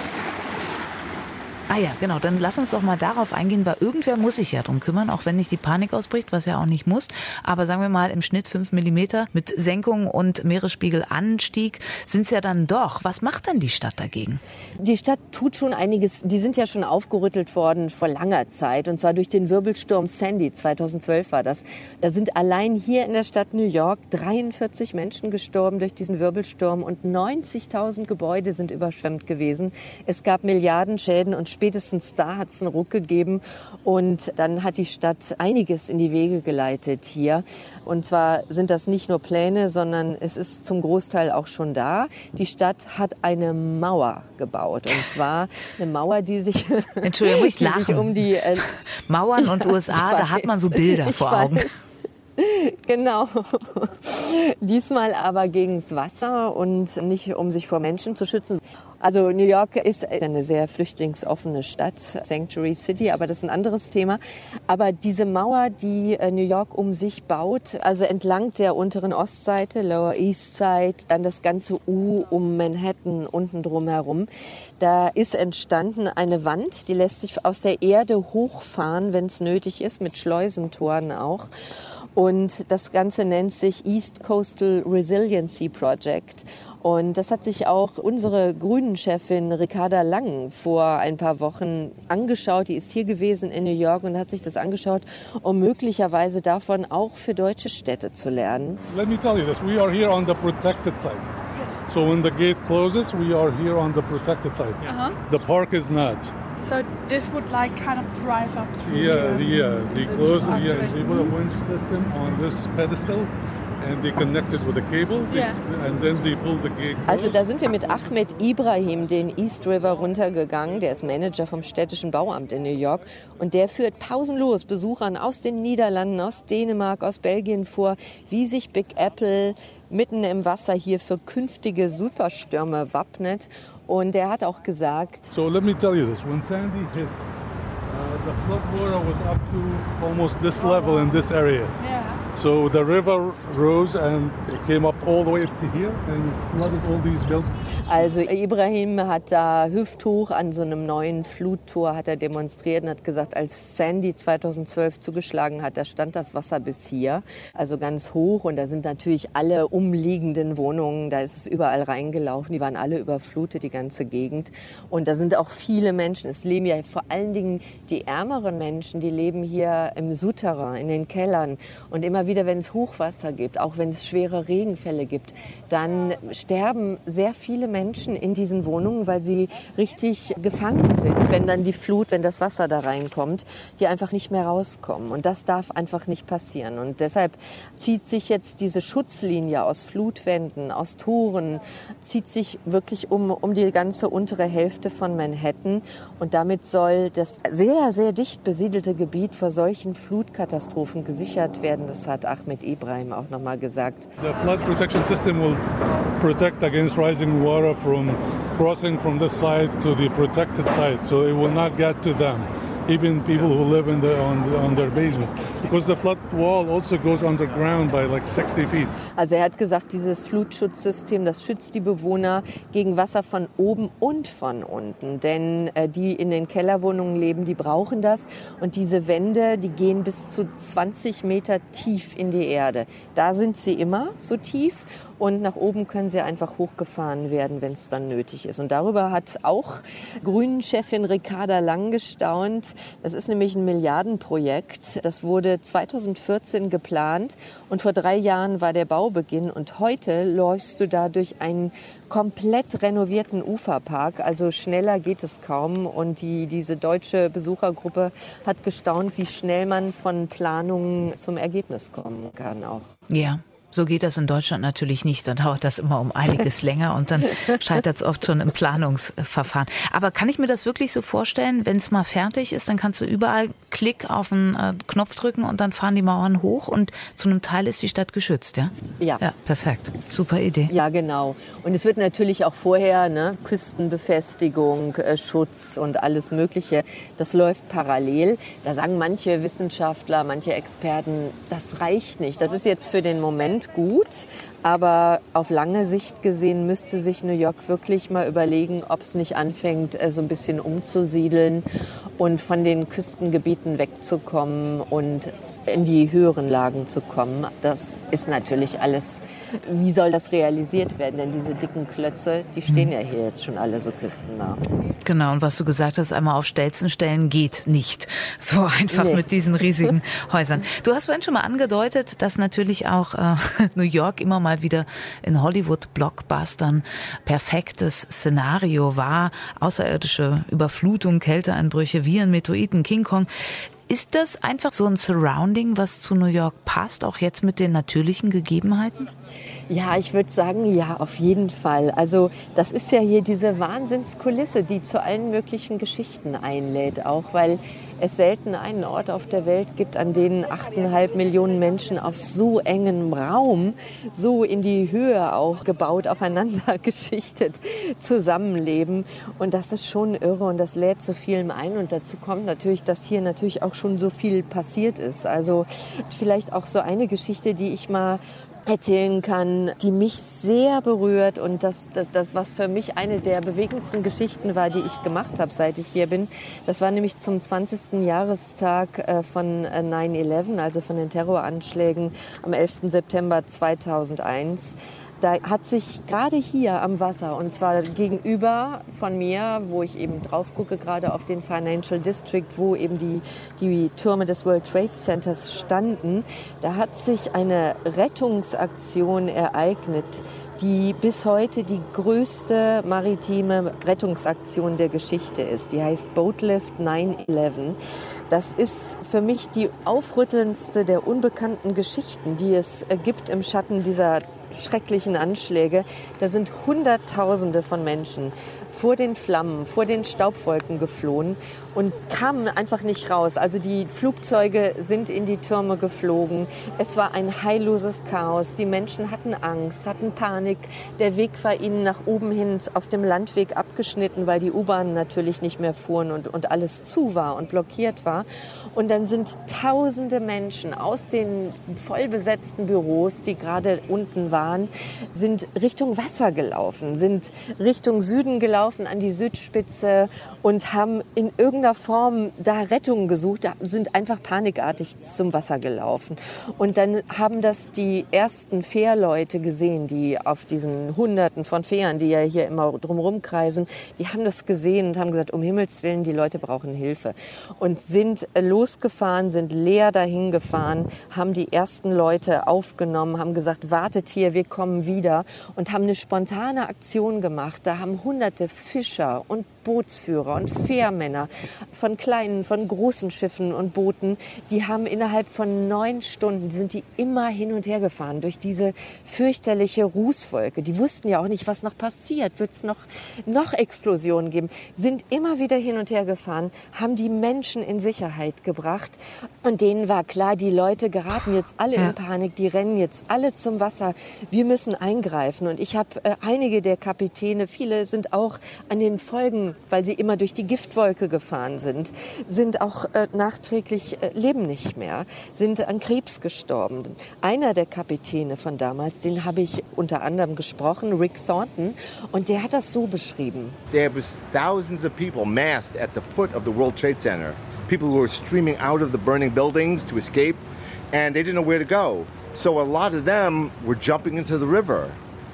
Ah ja, genau, dann lass uns doch mal darauf eingehen, weil irgendwer muss sich ja drum kümmern, auch wenn nicht die Panik ausbricht, was ja auch nicht muss. Aber sagen wir mal, im Schnitt 5 Millimeter mit Senkung und Meeresspiegelanstieg sind es ja dann doch. Was macht denn die Stadt dagegen? Die Stadt tut schon einiges. Die sind ja schon aufgerüttelt worden vor langer Zeit. Und zwar durch den Wirbelsturm Sandy, 2012 war das. Da sind allein hier in der Stadt New York 43 Menschen gestorben durch diesen Wirbelsturm und 90.000 Gebäude sind überschwemmt gewesen. Es gab Milliardenschäden und spätestens da hat es einen Ruck gegeben und dann hat die Stadt einiges in die Wege geleitet hier. Und zwar sind das nicht nur Pläne, sondern es ist zum Großteil auch schon da. Die Stadt hat eine Mauer gebaut und zwar eine Mauer, die sich, Entschuldigung, ich lache. Um die Mauern und USA, da hat man so Bilder vor Augen. Genau. Diesmal aber gegens Wasser und nicht, um sich vor Menschen zu schützen. Also New York ist eine sehr flüchtlingsoffene Stadt, Sanctuary City, aber das ist ein anderes Thema. Aber diese Mauer, die New York um sich baut, also entlang der unteren Ostseite, Lower East Side, dann das ganze U um Manhattan unten drumherum, da ist entstanden eine Wand, die lässt sich aus der Erde hochfahren, wenn es nötig ist, mit Schleusentoren auch. Und das Ganze nennt sich East Coastal Resiliency Project. Und das hat sich auch unsere Grünen-Chefin Ricarda Lang vor ein paar Wochen angeschaut. Die ist hier gewesen in New York und hat sich das angeschaut, um möglicherweise davon auch für deutsche Städte zu lernen. Let me tell you this, we are here on the protected side. So when the gate closes, we are here on the protected side. The park is not. So this would like kind of drive up through Yeah. They close. Yeah, they put a winch system on this pedestal, And they connect it with a cable, and then they pull the gate closed. Also da sind wir mit Ahmed Ibrahim den East River runtergegangen. Der ist Manager vom städtischen Bauamt in New York. Und der führt pausenlos Besuchern aus den Niederlanden, aus Dänemark, aus Belgien vor, wie sich Big Apple mitten im Wasser hier für künftige Superstürme wappnet. Und er hat auch gesagt... So let me tell you this. When Sandy hit, the floodwater was up to almost this level in this area. Yeah. So the river rose and it came up all the way to here and flooded all these buildings. Also Ibrahim hat da hüfthoch an so einem neuen Fluttor hat er demonstriert und hat gesagt, als Sandy 2012 zugeschlagen hat, da stand das Wasser bis hier, also ganz hoch und da sind natürlich alle umliegenden Wohnungen, da ist es überall reingelaufen, die waren alle überflutet, die ganze Gegend und da sind auch viele Menschen, es leben ja vor allen Dingen die ärmeren Menschen, die leben hier im Souterrain, in den Kellern und immer wieder, wenn es Hochwasser gibt, auch wenn es schwere Regenfälle gibt, dann sterben sehr viele Menschen in diesen Wohnungen, weil sie richtig gefangen sind, wenn dann die Flut, wenn das Wasser da reinkommt, die einfach nicht mehr rauskommen. Und das darf einfach nicht passieren. Und deshalb zieht sich jetzt diese Schutzlinie aus Flutwänden, aus Toren, zieht sich wirklich um die ganze untere Hälfte von Manhattan. Und damit soll das sehr, sehr dicht besiedelte Gebiet vor solchen Flutkatastrophen gesichert werden. Das hat Ahmed Ibrahim auch nochmal gesagt. The flood protection system will protect against rising water from crossing from this side to the protected side, so it will not get to them, even people who live on their basement, because the flood wall also goes underground by like 60 feet. Also er hat gesagt, dieses Flutschutzsystem, das schützt die Bewohner gegen Wasser von oben und von unten, denn die in den Kellerwohnungen leben, die brauchen das und diese Wände, die gehen bis zu 20 Meter tief in die Erde. Da sind sie immer so tief. Und nach oben können sie einfach hochgefahren werden, wenn es dann nötig ist. Und darüber hat auch Grünen-Chefin Ricarda Lang gestaunt. Das ist nämlich ein Milliardenprojekt. Das wurde 2014 geplant und vor 3 Jahren war der Baubeginn. Und heute läufst du da durch einen komplett renovierten Uferpark. Also schneller geht es kaum. Und diese deutsche Besuchergruppe hat gestaunt, wie schnell man von Planungen zum Ergebnis kommen kann auch. Ja. So geht das in Deutschland natürlich nicht. Dann dauert das immer um einiges länger und dann scheitert es oft schon im Planungsverfahren. Aber kann ich mir das wirklich so vorstellen, wenn es mal fertig ist, dann kannst du überall Klick auf den Knopf drücken und dann fahren die Mauern hoch und zu einem Teil ist die Stadt geschützt, ja? Ja. Ja, perfekt. Super Idee. Ja, genau. Und es wird natürlich auch vorher Küstenbefestigung, Schutz und alles Mögliche. Das läuft parallel. Da sagen manche Wissenschaftler, manche Experten, das reicht nicht. Das ist jetzt für den Moment gut, aber auf lange Sicht gesehen müsste sich New York wirklich mal überlegen, ob es nicht anfängt, so ein bisschen umzusiedeln und von den Küstengebieten wegzukommen und in die höheren Lagen zu kommen. Das ist natürlich alles. Wie soll das realisiert werden? Denn diese dicken Klötze, die stehen ja hier jetzt schon alle so küstennah. Genau, und was du gesagt hast, einmal auf Stelzen stellen geht nicht. So einfach mit diesen riesigen Häusern. Du hast vorhin schon mal angedeutet, dass natürlich auch New York immer mal wieder in Hollywood-Blockbustern perfektes Szenario war. Außerirdische Überflutung, Kälteeinbrüche, Viren, Meteoriten, King Kong. Ist das einfach so ein Surrounding, was zu New York passt, auch jetzt mit den natürlichen Gegebenheiten? Ja, ich würde sagen, ja, auf jeden Fall. Also das ist ja hier diese Wahnsinnskulisse, die zu allen möglichen Geschichten einlädt, auch weil es selten einen Ort auf der Welt gibt, an dem 8,5 Millionen Menschen auf so engem Raum, so in die Höhe auch gebaut, aufeinander geschichtet zusammenleben. Und das ist schon irre und das lädt so vielem ein. Und dazu kommt natürlich, dass hier natürlich auch schon so viel passiert ist. Also vielleicht auch so eine Geschichte, die ich mal erzählen kann, die mich sehr berührt und das was für mich eine der bewegendsten Geschichten war, die ich gemacht habe, seit ich hier bin. Das war nämlich zum 20. Jahrestag von 9/11, also von den Terroranschlägen am 11. September 2001. Da hat sich gerade hier am Wasser, und zwar gegenüber von mir, wo ich eben drauf gucke, gerade auf den Financial District, wo eben die Türme des World Trade Centers standen, da hat sich eine Rettungsaktion ereignet, die bis heute die größte maritime Rettungsaktion der Geschichte ist. Die heißt Boatlift 9/11. Das ist für mich die aufrüttelndste der unbekannten Geschichten, die es gibt im Schatten dieser schrecklichen Anschläge. Da sind Hunderttausende von Menschen vor den Flammen, vor den Staubwolken geflohen und kamen einfach nicht raus. Also die Flugzeuge sind in die Türme geflogen. Es war ein heilloses Chaos. Die Menschen hatten Angst, hatten Panik. Der Weg war ihnen nach oben hin auf dem Landweg abgeschnitten, weil die U-Bahnen natürlich nicht mehr fuhren und alles zu war und blockiert war. Und dann sind tausende Menschen aus den vollbesetzten Büros, die gerade unten waren, sind Richtung Wasser gelaufen, sind Richtung Süden gelaufen, an die Südspitze und haben in irgendeiner Form da Rettung gesucht, sind einfach panikartig zum Wasser gelaufen. Und dann haben das die ersten Fährleute gesehen, die auf diesen Hunderten von Fähren, die ja hier immer drumherum kreisen, die haben das gesehen und haben gesagt, um Himmels Willen, die Leute brauchen Hilfe. Und sind losgefahren, sind leer dahin gefahren, haben die ersten Leute aufgenommen, haben gesagt, wartet hier, wir kommen wieder und haben eine spontane Aktion gemacht. Da haben hunderte Fischer und Bootsführer und Fährmänner von kleinen, von großen Schiffen und Booten, die haben innerhalb von 9 Stunden, sind die immer hin und her gefahren durch diese fürchterliche Rußwolke. Die wussten ja auch nicht, was noch passiert. Wird es noch Explosionen geben? Sind immer wieder hin und her gefahren, haben die Menschen in Sicherheit gebracht. Und denen war klar, die Leute geraten jetzt alle in Panik, die rennen jetzt alle zum Wasser. Wir müssen eingreifen. Und ich habe einige der Kapitäne, viele sind auch an den Folgen, weil sie immer durch die Giftwolke gefahren sind auch nachträglich leben nicht mehr, sind an Krebs gestorben. Einer der Kapitäne von damals, den habe ich unter anderem gesprochen, Rick Thornton, und der hat das so beschrieben. There was thousands of people massed at the foot of the World Trade Center. People who were streaming out of the burning buildings to escape, and they didn't know where to go. So a lot of them were jumping into the river.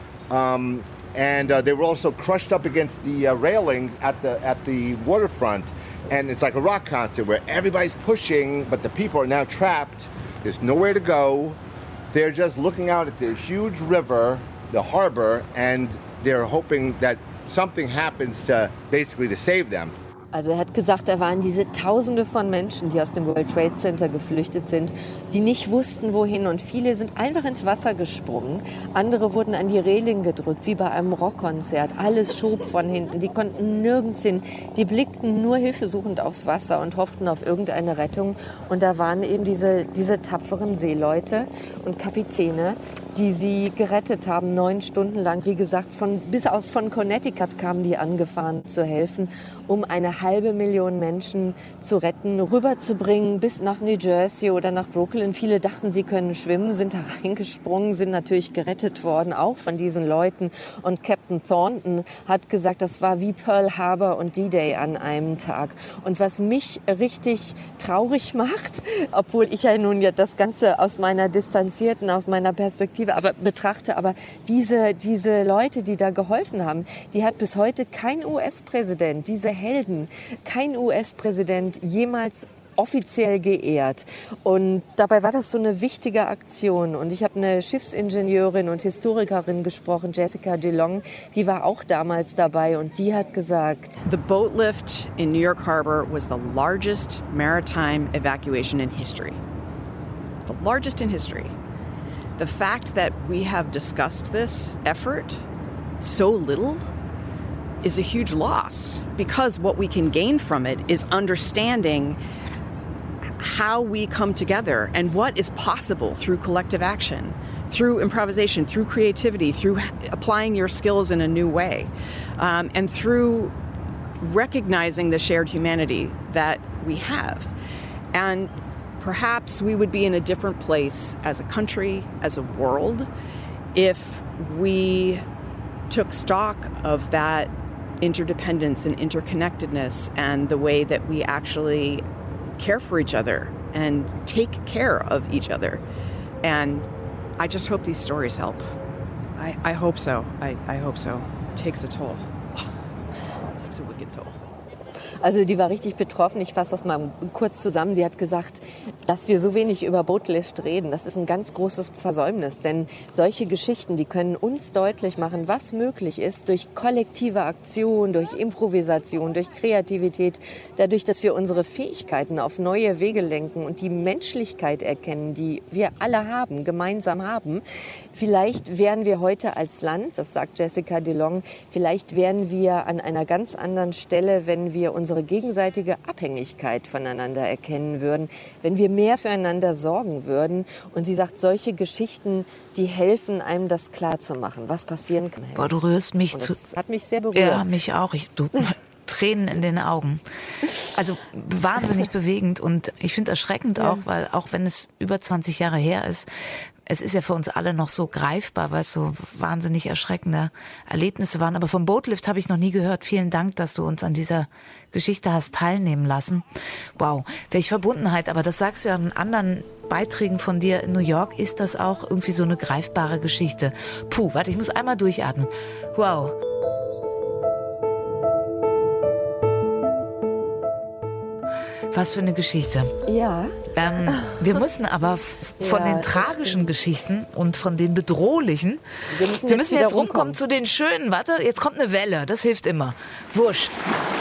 And they were also crushed up against the railings at the waterfront. And it's like a rock concert where everybody's pushing, but the people are now trapped. There's nowhere to go. They're just looking out at this huge river, the harbor, and they're hoping that something happens to save them. Also er hat gesagt, da waren diese Tausende von Menschen, die aus dem World Trade Center geflüchtet sind, die nicht wussten, wohin. Und viele sind einfach ins Wasser gesprungen. Andere wurden an die Reling gedrückt, wie bei einem Rockkonzert. Alles schob von hinten. Die konnten nirgends hin. Die blickten nur hilfesuchend aufs Wasser und hofften auf irgendeine Rettung. Und da waren eben diese tapferen Seeleute und Kapitäne, die sie gerettet haben, 9 Stunden lang. Wie gesagt, von Connecticut kamen die angefahren zu helfen, um 500.000 Menschen zu retten, rüberzubringen bis nach New Jersey oder nach Brooklyn. Viele dachten, sie können schwimmen, sind da reingesprungen, sind natürlich gerettet worden, auch von diesen Leuten. Und Captain Thornton hat gesagt, das war wie Pearl Harbor und D-Day an einem Tag. Und was mich richtig traurig macht, obwohl ich ja nun das Ganze aus meiner Perspektive betrachte, aber diese Leute, die da geholfen haben, die hat bis heute kein US-Präsident, diese Helden, kein US-Präsident jemals offiziell geehrt. Und dabei war das so eine wichtige Aktion. Und ich habe eine Schiffsingenieurin und Historikerin gesprochen, Jessica DeLong, die war auch damals dabei und die hat gesagt, The boat lift in New York Harbor was the largest maritime evacuation in history. The largest in history. The fact that we have discussed this effort so little is a huge loss, because what we can gain from it is understanding how we come together and what is possible through collective action, through improvisation, through creativity, through applying your skills in a new way, and through recognizing the shared humanity that we have. And perhaps we would be in a different place as a country, as a world, if we took stock of that interdependence and interconnectedness and the way that we actually care for each other and take care of each other. And I just hope these stories help. I hope so. I hope so. It takes a toll. It takes a wicked toll. Also die war richtig betroffen. Ich fasse das mal kurz zusammen. Sie hat gesagt, dass wir so wenig über Boatlift reden, das ist ein ganz großes Versäumnis. Denn solche Geschichten, die können uns deutlich machen, was möglich ist durch kollektive Aktion, durch Improvisation, durch Kreativität, dadurch, dass wir unsere Fähigkeiten auf neue Wege lenken und die Menschlichkeit erkennen, die wir alle haben, gemeinsam haben. Vielleicht wären wir heute als Land, das sagt Jessica DeLong, vielleicht wären wir an einer ganz anderen Stelle, wenn wir unsere gegenseitige Abhängigkeit voneinander erkennen würden, wenn wir mehr füreinander sorgen würden. Und sie sagt, solche Geschichten, die helfen einem, das klarzumachen, was passieren kann. Boah, du rührst mich zu. Das hat mich sehr berührt. Ja, mich auch. Tränen in den Augen. Also wahnsinnig bewegend und ich finde erschreckend auch, weil auch wenn es über 20 Jahre her ist, es ist ja für uns alle noch so greifbar, weil es so wahnsinnig erschreckende Erlebnisse waren. Aber vom Boatlift habe ich noch nie gehört. Vielen Dank, dass du uns an dieser Geschichte hast teilnehmen lassen. Wow, welche Verbundenheit. Aber das sagst du ja in anderen Beiträgen von dir in New York. Ist das auch irgendwie so eine greifbare Geschichte? Puh, warte, ich muss einmal durchatmen. Wow. Was für eine Geschichte. Ja. Wir müssen aber von den tragischen Geschichten und von den bedrohlichen, wir müssen jetzt rumkommen zu den schönen. Warte, jetzt kommt eine Welle, das hilft immer. Wusch.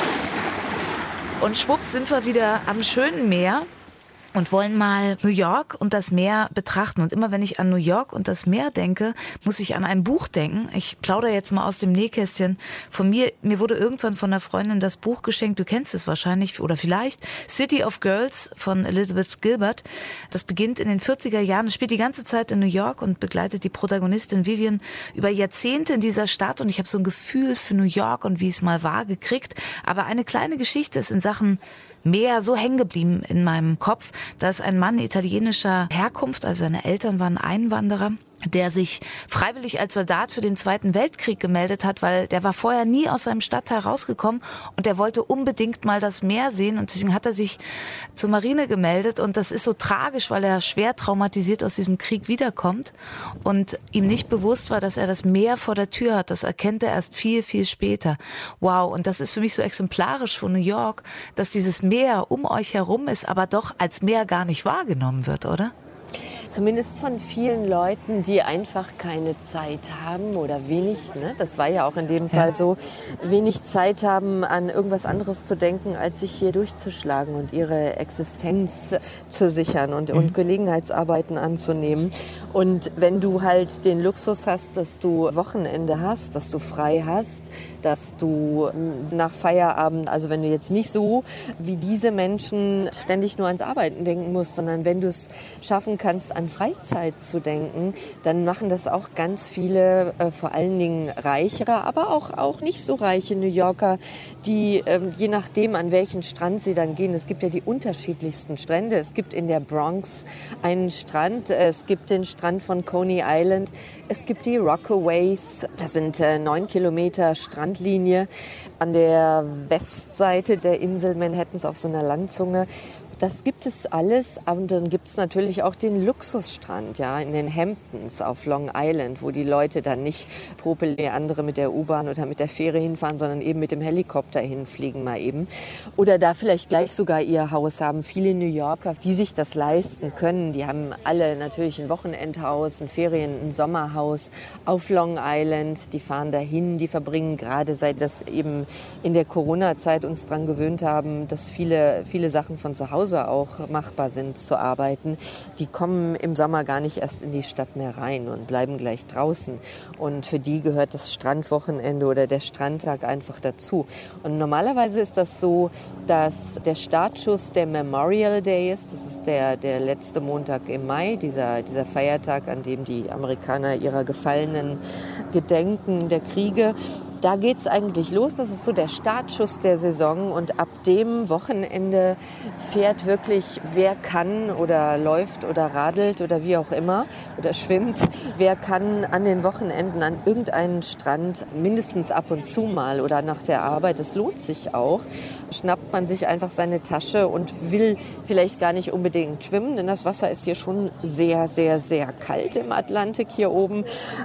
Und schwupps sind wir wieder am schönen Meer und wollen mal New York und das Meer betrachten. Und immer wenn ich an New York und das Meer denke, muss ich an ein Buch denken. Ich plaudere jetzt mal aus dem Nähkästchen von mir. Mir wurde irgendwann von einer Freundin das Buch geschenkt. Du kennst es wahrscheinlich oder vielleicht. City of Girls von Elizabeth Gilbert. Das beginnt in den 40er Jahren. Es spielt die ganze Zeit in New York und begleitet die Protagonistin Vivian über Jahrzehnte in dieser Stadt. Und ich habe so ein Gefühl für New York und wie es mal war gekriegt. Aber eine kleine Geschichte ist in Sachen Meer so hängen geblieben in meinem Kopf. Da ist ein Mann italienischer Herkunft, also seine Eltern waren Einwanderer, der sich freiwillig als Soldat für den Zweiten Weltkrieg gemeldet hat, weil der war vorher nie aus seinem Stadtteil rausgekommen und der wollte unbedingt mal das Meer sehen und deswegen hat er sich zur Marine gemeldet und das ist so tragisch, weil er schwer traumatisiert aus diesem Krieg wiederkommt und ihm nicht bewusst war, dass er das Meer vor der Tür hat. Das erkennt er erst viel, viel später. Wow, und das ist für mich so exemplarisch von New York, dass dieses Meer um euch herum ist, aber doch als Meer gar nicht wahrgenommen wird, oder? Zumindest von vielen Leuten, die einfach keine Zeit haben oder wenig, ne? Das war ja auch in dem Fall so, wenig Zeit haben, an irgendwas anderes zu denken, als sich hier durchzuschlagen und ihre Existenz zu sichern und Gelegenheitsarbeiten anzunehmen. Und wenn du halt den Luxus hast, dass du Wochenende hast, dass du frei hast, dass du nach Feierabend, also wenn du jetzt nicht so wie diese Menschen ständig nur ans Arbeiten denken musst, sondern wenn du es schaffen kannst, an Freizeit zu denken, dann machen das auch ganz viele, vor allen Dingen reichere, aber auch nicht so reiche New Yorker, die je nachdem, an welchen Strand sie dann gehen, es gibt ja die unterschiedlichsten Strände. Es gibt in der Bronx einen Strand, es gibt den Strand von Coney Island, es gibt die Rockaways, das sind 9 Kilometer Strandlinie an der Westseite der Insel Manhattans auf so einer Landzunge. Das gibt es alles, aber dann gibt es natürlich auch den Luxusstrand, ja, in den Hamptons auf Long Island, wo die Leute dann nicht popel wie andere mit der U-Bahn oder mit der Fähre hinfahren, sondern eben mit dem Helikopter hinfliegen mal eben. Oder da vielleicht gleich sogar ihr Haus haben. Viele New Yorker, die sich das leisten können, die haben alle natürlich ein Wochenendhaus, ein ein Sommerhaus auf Long Island. Die fahren dahin, die verbringen gerade, seit das eben in der Corona-Zeit uns dran gewöhnt haben, dass viele Sachen von zu Hause auch machbar sind zu arbeiten, die kommen im Sommer gar nicht erst in die Stadt mehr rein und bleiben gleich draußen. Und für die gehört das Strandwochenende oder der Strandtag einfach dazu. Und normalerweise ist das so, dass der Startschuss der Memorial Day ist. Das ist der letzte Montag im Mai, dieser Feiertag, an dem die Amerikaner ihrer Gefallenen gedenken der Kriege. Da geht es eigentlich los, das ist so der Startschuss der Saison und ab dem Wochenende fährt wirklich, wer kann oder läuft oder radelt oder wie auch immer oder schwimmt, wer kann an den Wochenenden an irgendeinen Strand mindestens ab und zu mal oder nach der Arbeit, es lohnt sich auch, schnappt man sich einfach seine Tasche und will vielleicht gar nicht unbedingt schwimmen, denn das Wasser ist hier schon sehr, sehr, sehr kalt im Atlantik hier oben,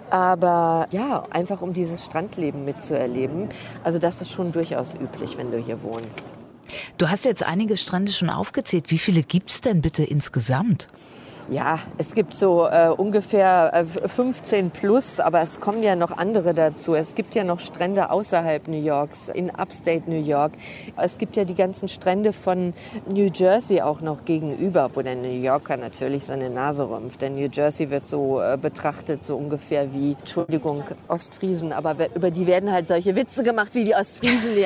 aber ja, einfach um dieses Strandleben mitzuerleben. Also das ist schon durchaus üblich, wenn du hier wohnst. Du hast jetzt einige Strände schon aufgezählt. Wie viele gibt's denn bitte insgesamt? Ja, es gibt so ungefähr 15 plus, aber es kommen ja noch andere dazu. Es gibt ja noch Strände außerhalb New Yorks, in Upstate New York. Es gibt ja die ganzen Strände von New Jersey auch noch gegenüber, wo der New Yorker natürlich seine Nase rümpft. Denn New Jersey wird so betrachtet, so ungefähr wie, Entschuldigung, Ostfriesen, aber über die werden halt solche Witze gemacht wie die Ostfriesen.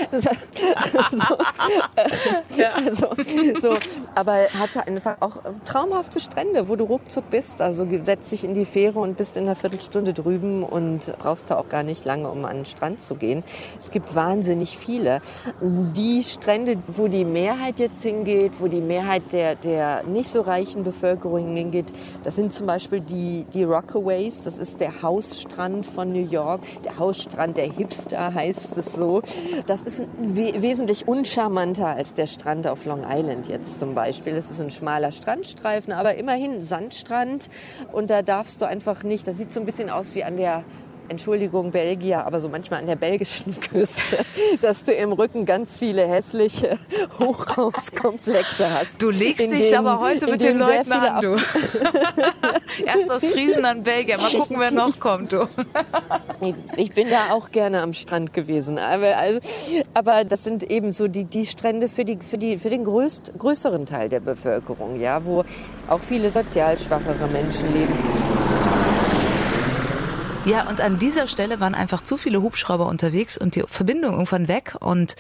Aber hat einfach auch traumhafte Strände, wo du ruckzuck bist. Also setzt dich in die Fähre und bist in einer Viertelstunde drüben und brauchst da auch gar nicht lange, um an den Strand zu gehen. Es gibt wahnsinnig viele. Die Strände, wo die Mehrheit jetzt hingeht, wo die Mehrheit der nicht so reichen Bevölkerung hingeht, das sind zum Beispiel die Rockaways. Das ist der Hausstrand von New York. Der Hausstrand der Hipster heißt es so. Das ist wesentlich uncharmanter als der Strand auf Long Island jetzt zum Beispiel. Es ist ein schmaler Strandstreifen, aber immerhin Sandstrand. Und da darfst du einfach nicht, das sieht so ein bisschen aus wie an der, Entschuldigung, Belgier, aber so manchmal an der belgischen Küste, dass du im Rücken ganz viele hässliche Hochhauskomplexe hast. Du legst dich aber heute mit den Leuten an, du. Erst aus Friesen, dann Belgier. Mal gucken, wer noch kommt, du. Ich bin da auch gerne am Strand gewesen. Aber das sind eben so die Strände für den größeren Teil der Bevölkerung, ja, wo auch viele sozial schwachere Menschen leben. Ja, und an dieser Stelle waren einfach zu viele Hubschrauber unterwegs und die Verbindung irgendwann weg. Und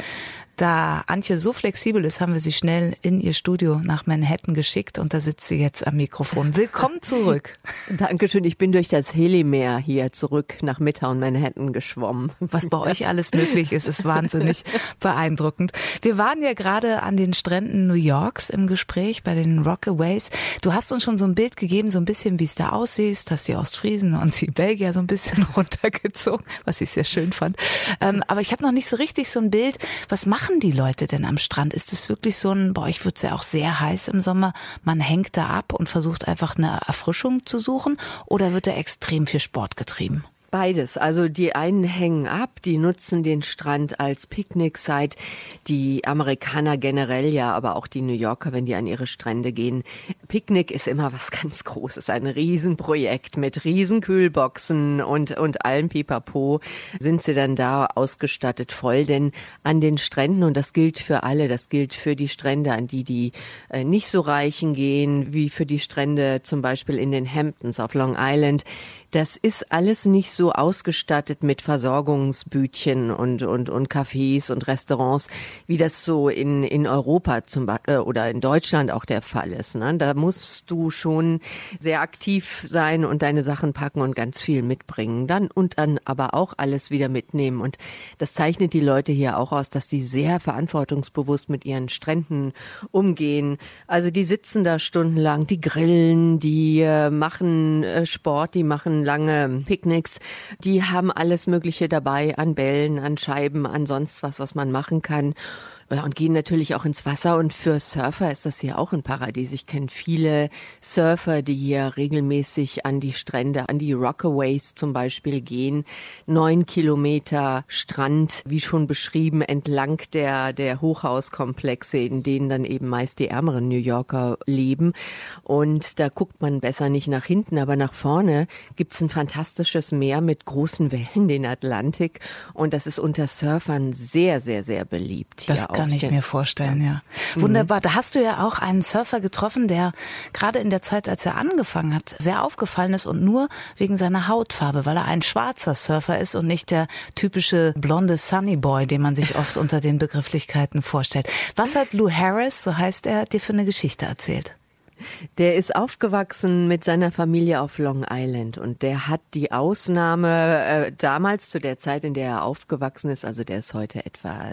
da Antje so flexibel ist, haben wir sie schnell in ihr Studio nach Manhattan geschickt und da sitzt sie jetzt am Mikrofon. Willkommen zurück. Dankeschön, ich bin durch das Helimeer hier zurück nach Midtown Manhattan geschwommen. Was bei euch alles möglich ist wahnsinnig beeindruckend. Wir waren ja gerade an den Stränden New Yorks im Gespräch bei den Rockaways. Du hast uns schon so ein Bild gegeben, so ein bisschen, wie es da aussieht, dass die Ostfriesen und die Belgier so ein bisschen runtergezogen, was ich sehr schön fand. Aber ich habe noch nicht so richtig so ein Bild, was machen die Leute denn am Strand? Ist es wirklich so bei euch wird es ja auch sehr heiß im Sommer, man hängt da ab und versucht einfach eine Erfrischung zu suchen oder wird da extrem viel Sport getrieben? Beides. Also die einen hängen ab, die nutzen den Strand als Picknick-Site. Die Amerikaner generell ja, aber auch die New Yorker, wenn die an ihre Strände gehen. Picknick ist immer was ganz Großes, ein Riesenprojekt mit Riesenkühlboxen und allem Pipapo sind sie dann da ausgestattet voll. Denn an den Stränden, und das gilt für alle, das gilt für die Strände, an die nicht so reichen gehen, wie für die Strände zum Beispiel in den Hamptons auf Long Island, das ist alles nicht so ausgestattet mit Versorgungsbütchen und Cafés und Restaurants, wie das so in Europa oder in Deutschland auch der Fall ist. Ne? Da musst du schon sehr aktiv sein und deine Sachen packen und ganz viel mitbringen. Dann aber auch alles wieder mitnehmen. Und das zeichnet die Leute hier auch aus, dass die sehr verantwortungsbewusst mit ihren Stränden umgehen. Also die sitzen da stundenlang, die grillen, die machen Sport, die machen lange Picknicks. Die haben alles Mögliche dabei an Bällen, an Scheiben, an sonst was man machen kann. Und gehen natürlich auch ins Wasser. Und für Surfer ist das hier auch ein Paradies. Ich kenne viele Surfer, die hier regelmäßig an die Strände, an die Rockaways zum Beispiel gehen. 9 Kilometer Strand, wie schon beschrieben, entlang der Hochhauskomplexe, in denen dann eben meist die ärmeren New Yorker leben. Und da guckt man besser nicht nach hinten, aber nach vorne gibt's ein fantastisches Meer mit großen Wellen, den Atlantik. Und das ist unter Surfern sehr, sehr, sehr beliebt. Das kann ich mir vorstellen, ja. Wunderbar. Da hast du ja auch einen Surfer getroffen, der gerade in der Zeit, als er angefangen hat, sehr aufgefallen ist und nur wegen seiner Hautfarbe, weil er ein schwarzer Surfer ist und nicht der typische blonde Sunny Boy, den man sich oft unter den Begrifflichkeiten vorstellt. Was hat Lou Harris, so heißt er, dir für eine Geschichte erzählt? Der ist aufgewachsen mit seiner Familie auf Long Island und der hat die Ausnahme damals zu der Zeit, in der er aufgewachsen ist, also der ist heute etwa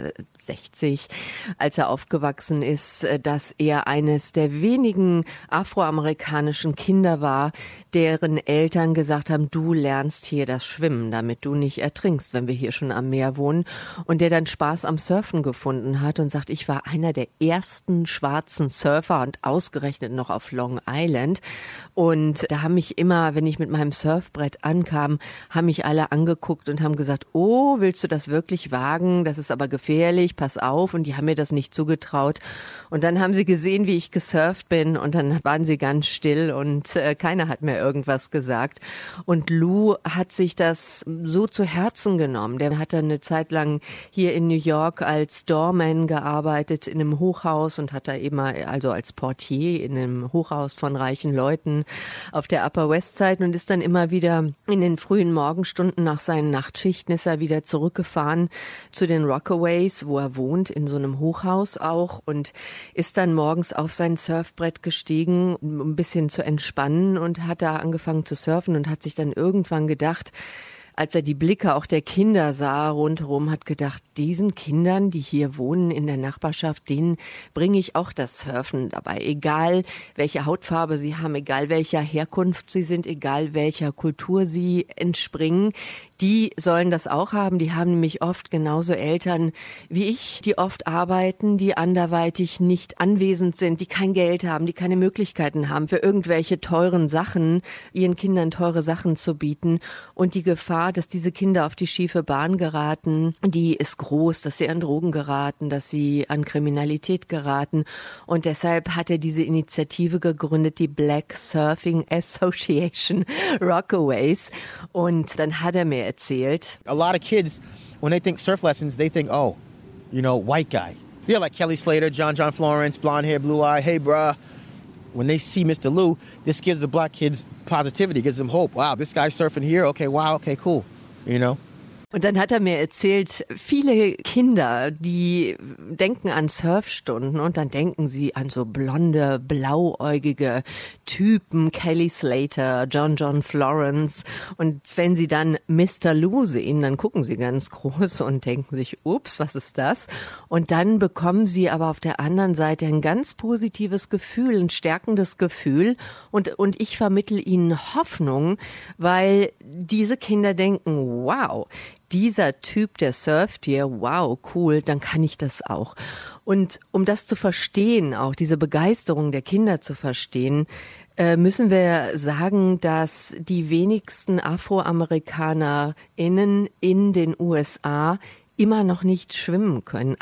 60, als er aufgewachsen ist, dass er eines der wenigen afroamerikanischen Kinder war, deren Eltern gesagt haben, du lernst hier das Schwimmen, damit du nicht ertrinkst, wenn wir hier schon am Meer wohnen. Und der dann Spaß am Surfen gefunden hat und sagt, ich war einer der ersten schwarzen Surfer und ausgerechnet noch auf Long Island. Und da haben mich immer, wenn ich mit meinem Surfbrett ankam, haben mich alle angeguckt und haben gesagt, oh, willst du das wirklich wagen? Das ist aber gefährlich, pass auf. Und die haben mir das nicht zugetraut. Und dann haben sie gesehen, wie ich gesurft bin und dann waren sie ganz still und keiner hat mir irgendwas gesagt. Und Lou hat sich das so zu Herzen genommen. Der hat dann eine Zeit lang hier in New York als Doorman gearbeitet in einem Hochhaus und hat da eben also als Portier in einem Hochhaus von reichen Leuten auf der Upper West Side und ist dann immer wieder in den frühen Morgenstunden nach seinen Nachtschichten ist er wieder zurückgefahren zu den Rockaways, wo er wohnt, in so einem Hochhaus auch und ist dann morgens auf sein Surfbrett gestiegen, um ein bisschen zu entspannen und hat da angefangen zu surfen und hat sich dann irgendwann gedacht, als er die Blicke auch der Kinder sah rundherum, hat gedacht, diesen Kindern, die hier wohnen in der Nachbarschaft, denen bringe ich auch das Surfen dabei. Egal, welche Hautfarbe sie haben, egal welcher Herkunft sie sind, egal welcher Kultur sie entspringen, die sollen das auch haben. Die haben nämlich oft genauso Eltern wie ich, die oft arbeiten, die anderweitig nicht anwesend sind, die kein Geld haben, die keine Möglichkeiten haben, für irgendwelche teuren Sachen, ihren Kindern teure Sachen zu bieten. Und die Gefahr, dass diese Kinder auf die schiefe Bahn geraten, die ist groß, dass sie an Drogen geraten, dass sie an Kriminalität geraten. Und deshalb hat er diese Initiative gegründet, die Black Surfing Association Rockaways. Und dann hat er mir erzählt, a lot of kids, when they think surf lessons, they think, oh, you know, white guy. Yeah, like Kelly Slater, John Florence, blonde hair, blue eye, hey, bruh. When they see Mr. Lou, this gives the black kids positivity, gives them hope. Wow, this guy's surfing here. Okay, wow, okay, cool. You know? Und dann hat er mir erzählt, viele Kinder, die denken an Surfstunden und dann denken sie an so blonde, blauäugige Typen, Kelly Slater, John Florence. Und wenn sie dann Mr. Lou sehen, dann gucken sie ganz groß und denken sich, ups, was ist das? Und dann bekommen sie aber auf der anderen Seite ein ganz positives Gefühl, ein stärkendes Gefühl. Und ich vermittle ihnen Hoffnung, weil diese Kinder denken, wow, dieser Typ, der surft hier, wow, cool, dann kann ich das auch. Und um das zu verstehen, auch diese Begeisterung der Kinder zu verstehen, müssen wir sagen, dass die wenigsten AfroamerikanerInnen in den USA immer noch nicht schwimmen können.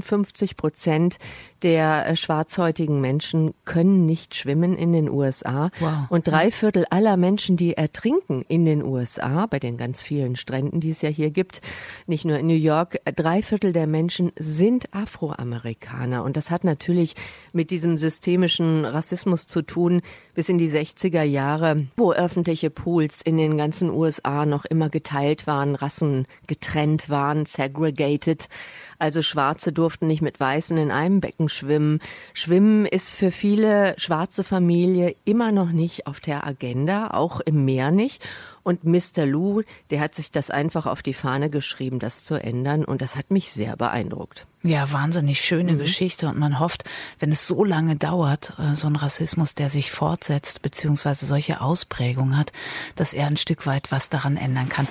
58% der schwarzhäutigen Menschen können nicht schwimmen in den USA. Wow. Und 3/4 aller Menschen, die ertrinken in den USA, bei den ganz vielen Stränden, die es ja hier gibt, nicht nur in New York, 3/4 der Menschen sind Afroamerikaner. Und das hat natürlich mit diesem systemischen Rassismus zu tun, bis in die 60er Jahre, wo öffentliche Pools in den ganzen USA noch immer geteilt waren, Rassen getrennt waren, segregated. Also Schwarze durften nicht mit Weißen in einem Becken schwimmen. Schwimmen ist für viele schwarze Familien immer noch nicht auf der Agenda, auch im Meer nicht. Und Mr. Lou, der hat sich das einfach auf die Fahne geschrieben, das zu ändern. Und das hat mich sehr beeindruckt. Ja, wahnsinnig schöne Geschichte. Und man hofft, wenn es so lange dauert, so ein Rassismus, der sich fortsetzt, beziehungsweise solche Ausprägungen hat, dass er ein Stück weit was daran ändern kann.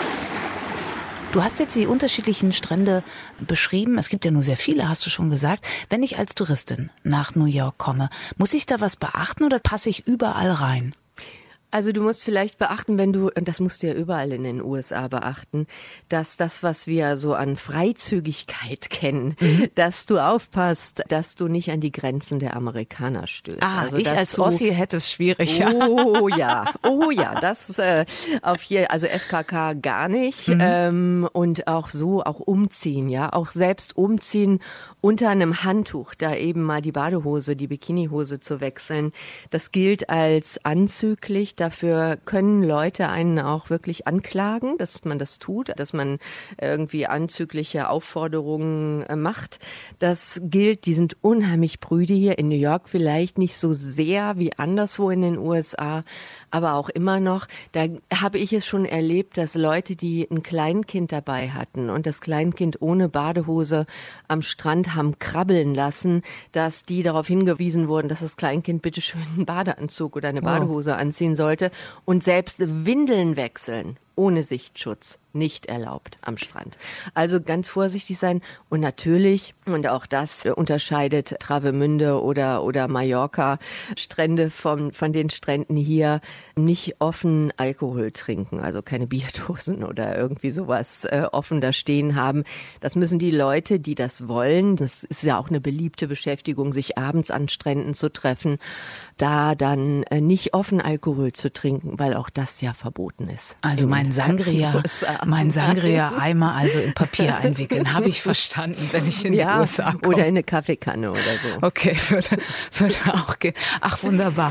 Du hast jetzt die unterschiedlichen Strände beschrieben. Es gibt ja nur sehr viele, hast du schon gesagt. Wenn ich als Touristin nach New York komme, muss ich da was beachten oder passe ich überall rein? Also du musst vielleicht beachten, und das musst du ja überall in den USA beachten, dass das, was wir so an Freizügigkeit kennen, dass du aufpasst, dass du nicht an die Grenzen der Amerikaner stößt. Also ich als Ossi hätte es schwierig. Oh ja, das also FKK gar nicht. Und auch umziehen, ja, auch selbst umziehen unter einem Handtuch, da eben mal die Badehose, die Bikinihose zu wechseln. Das gilt als anzüglich. Dafür können Leute einen auch wirklich anklagen, dass man das tut, dass man irgendwie anzügliche Aufforderungen macht. Das gilt, die sind unheimlich prüde hier in New York, vielleicht nicht so sehr wie anderswo in den USA, aber auch immer noch. Da habe ich es schon erlebt, dass Leute, die ein Kleinkind dabei hatten und das Kleinkind ohne Badehose am Strand haben krabbeln lassen, dass die darauf hingewiesen wurden, dass das Kleinkind bitte schön einen Badeanzug oder eine Badehose anziehen sollte und selbst Windeln wechseln ohne Sichtschutz nicht erlaubt am Strand. Also ganz vorsichtig sein und natürlich, und auch das unterscheidet Travemünde oder Mallorca Strände von den Stränden hier, nicht offen Alkohol trinken, also keine Bierdosen oder irgendwie sowas offen da stehen haben. Das müssen die Leute, die das wollen, das ist ja auch eine beliebte Beschäftigung, sich abends an Stränden zu treffen, da dann nicht offen Alkohol zu trinken, weil auch das ja verboten ist. Also mein Sangria-Eimer also in Papier einwickeln, habe ich verstanden, wenn ich in die USA komme. Oder in eine Kaffeekanne oder so. Okay, würde auch gehen. Ach, wunderbar.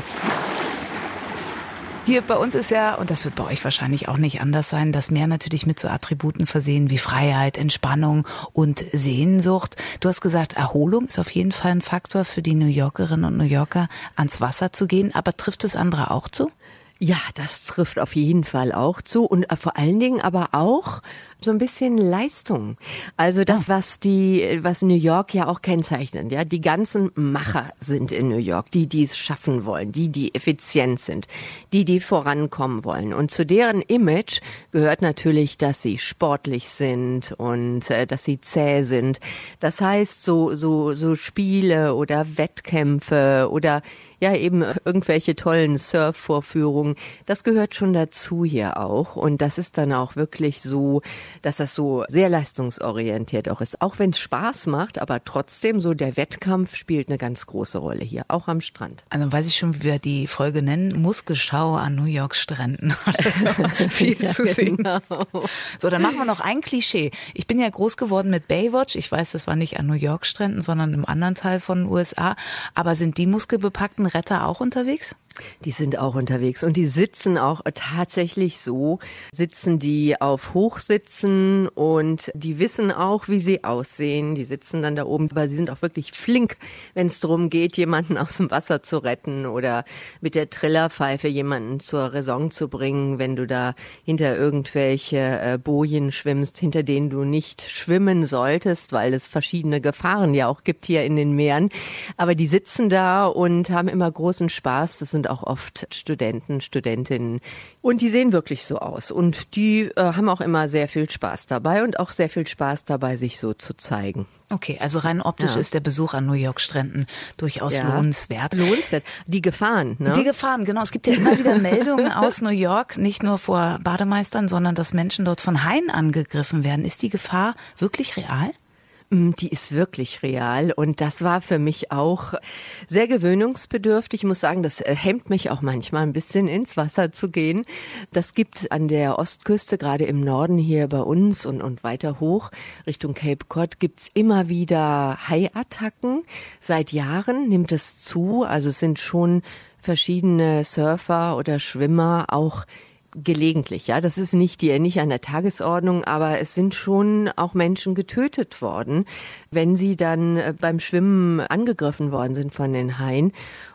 Hier bei uns ist ja, und das wird bei euch wahrscheinlich auch nicht anders sein, das Meer natürlich mit so Attributen versehen wie Freiheit, Entspannung und Sehnsucht. Du hast gesagt, Erholung ist auf jeden Fall ein Faktor für die New Yorkerinnen und New Yorker, ans Wasser zu gehen. Aber trifft es andere auch zu? Ja, das trifft auf jeden Fall auch zu und vor allen Dingen aber auch so ein bisschen Leistung. Also das, was New York ja auch kennzeichnet, ja, die ganzen Macher sind in New York, die es schaffen wollen, die effizient sind, die vorankommen wollen. Und zu deren Image gehört natürlich, dass sie sportlich sind und dass sie zäh sind. Das heißt, so Spiele oder Wettkämpfe oder ja eben irgendwelche tollen Surf-Vorführungen, das gehört schon dazu hier auch. Und das ist dann auch wirklich so, dass das so sehr leistungsorientiert auch ist. Auch wenn es Spaß macht, aber trotzdem so der Wettkampf spielt eine ganz große Rolle hier, auch am Strand. Also weiß ich schon, wie wir die Folge nennen, Muskelschau an New York Stränden. Das ist auch viel zu sehen. Genau. So, dann machen wir noch ein Klischee. Ich bin ja groß geworden mit Baywatch. Ich weiß, das war nicht an New York Stränden, sondern im anderen Teil von den USA. Aber sind die muskelbepackten Retter auch unterwegs? Die sind auch unterwegs und die sitzen auch tatsächlich so, sitzen die auf Hochsitzen und die wissen auch, wie sie aussehen. Die sitzen dann da oben, aber sie sind auch wirklich flink, wenn es darum geht, jemanden aus dem Wasser zu retten oder mit der Trillerpfeife jemanden zur Raison zu bringen, wenn du da hinter irgendwelche Bojen schwimmst, hinter denen du nicht schwimmen solltest, weil es verschiedene Gefahren ja auch gibt hier in den Meeren. Aber die sitzen da und haben immer großen Spaß. Das sind auch oft Studenten, Studentinnen. Und die sehen wirklich so aus. Und die haben auch immer sehr viel Spaß dabei und auch sehr viel Spaß dabei, sich so zu zeigen. Okay, also rein optisch ist der Besuch an New York Stränden durchaus lohnenswert. Lohnenswert. Die Gefahren, ne? Die Gefahren, genau. Es gibt ja immer wieder Meldungen aus New York, nicht nur vor Bademeistern, sondern dass Menschen dort von Haien angegriffen werden. Ist die Gefahr wirklich real? Die ist wirklich real und das war für mich auch sehr gewöhnungsbedürftig. Ich muss sagen, das hemmt mich auch manchmal ein bisschen ins Wasser zu gehen. Das gibt an der Ostküste, gerade im Norden hier bei uns und weiter hoch Richtung Cape Cod, gibt's immer wieder Haiattacken. Seit Jahren nimmt es zu. Also es sind schon verschiedene Surfer oder Schwimmer auch gelegentlich, ja. Das ist nicht an der Tagesordnung, aber es sind schon auch Menschen getötet worden, wenn sie dann beim Schwimmen angegriffen worden sind von den Haien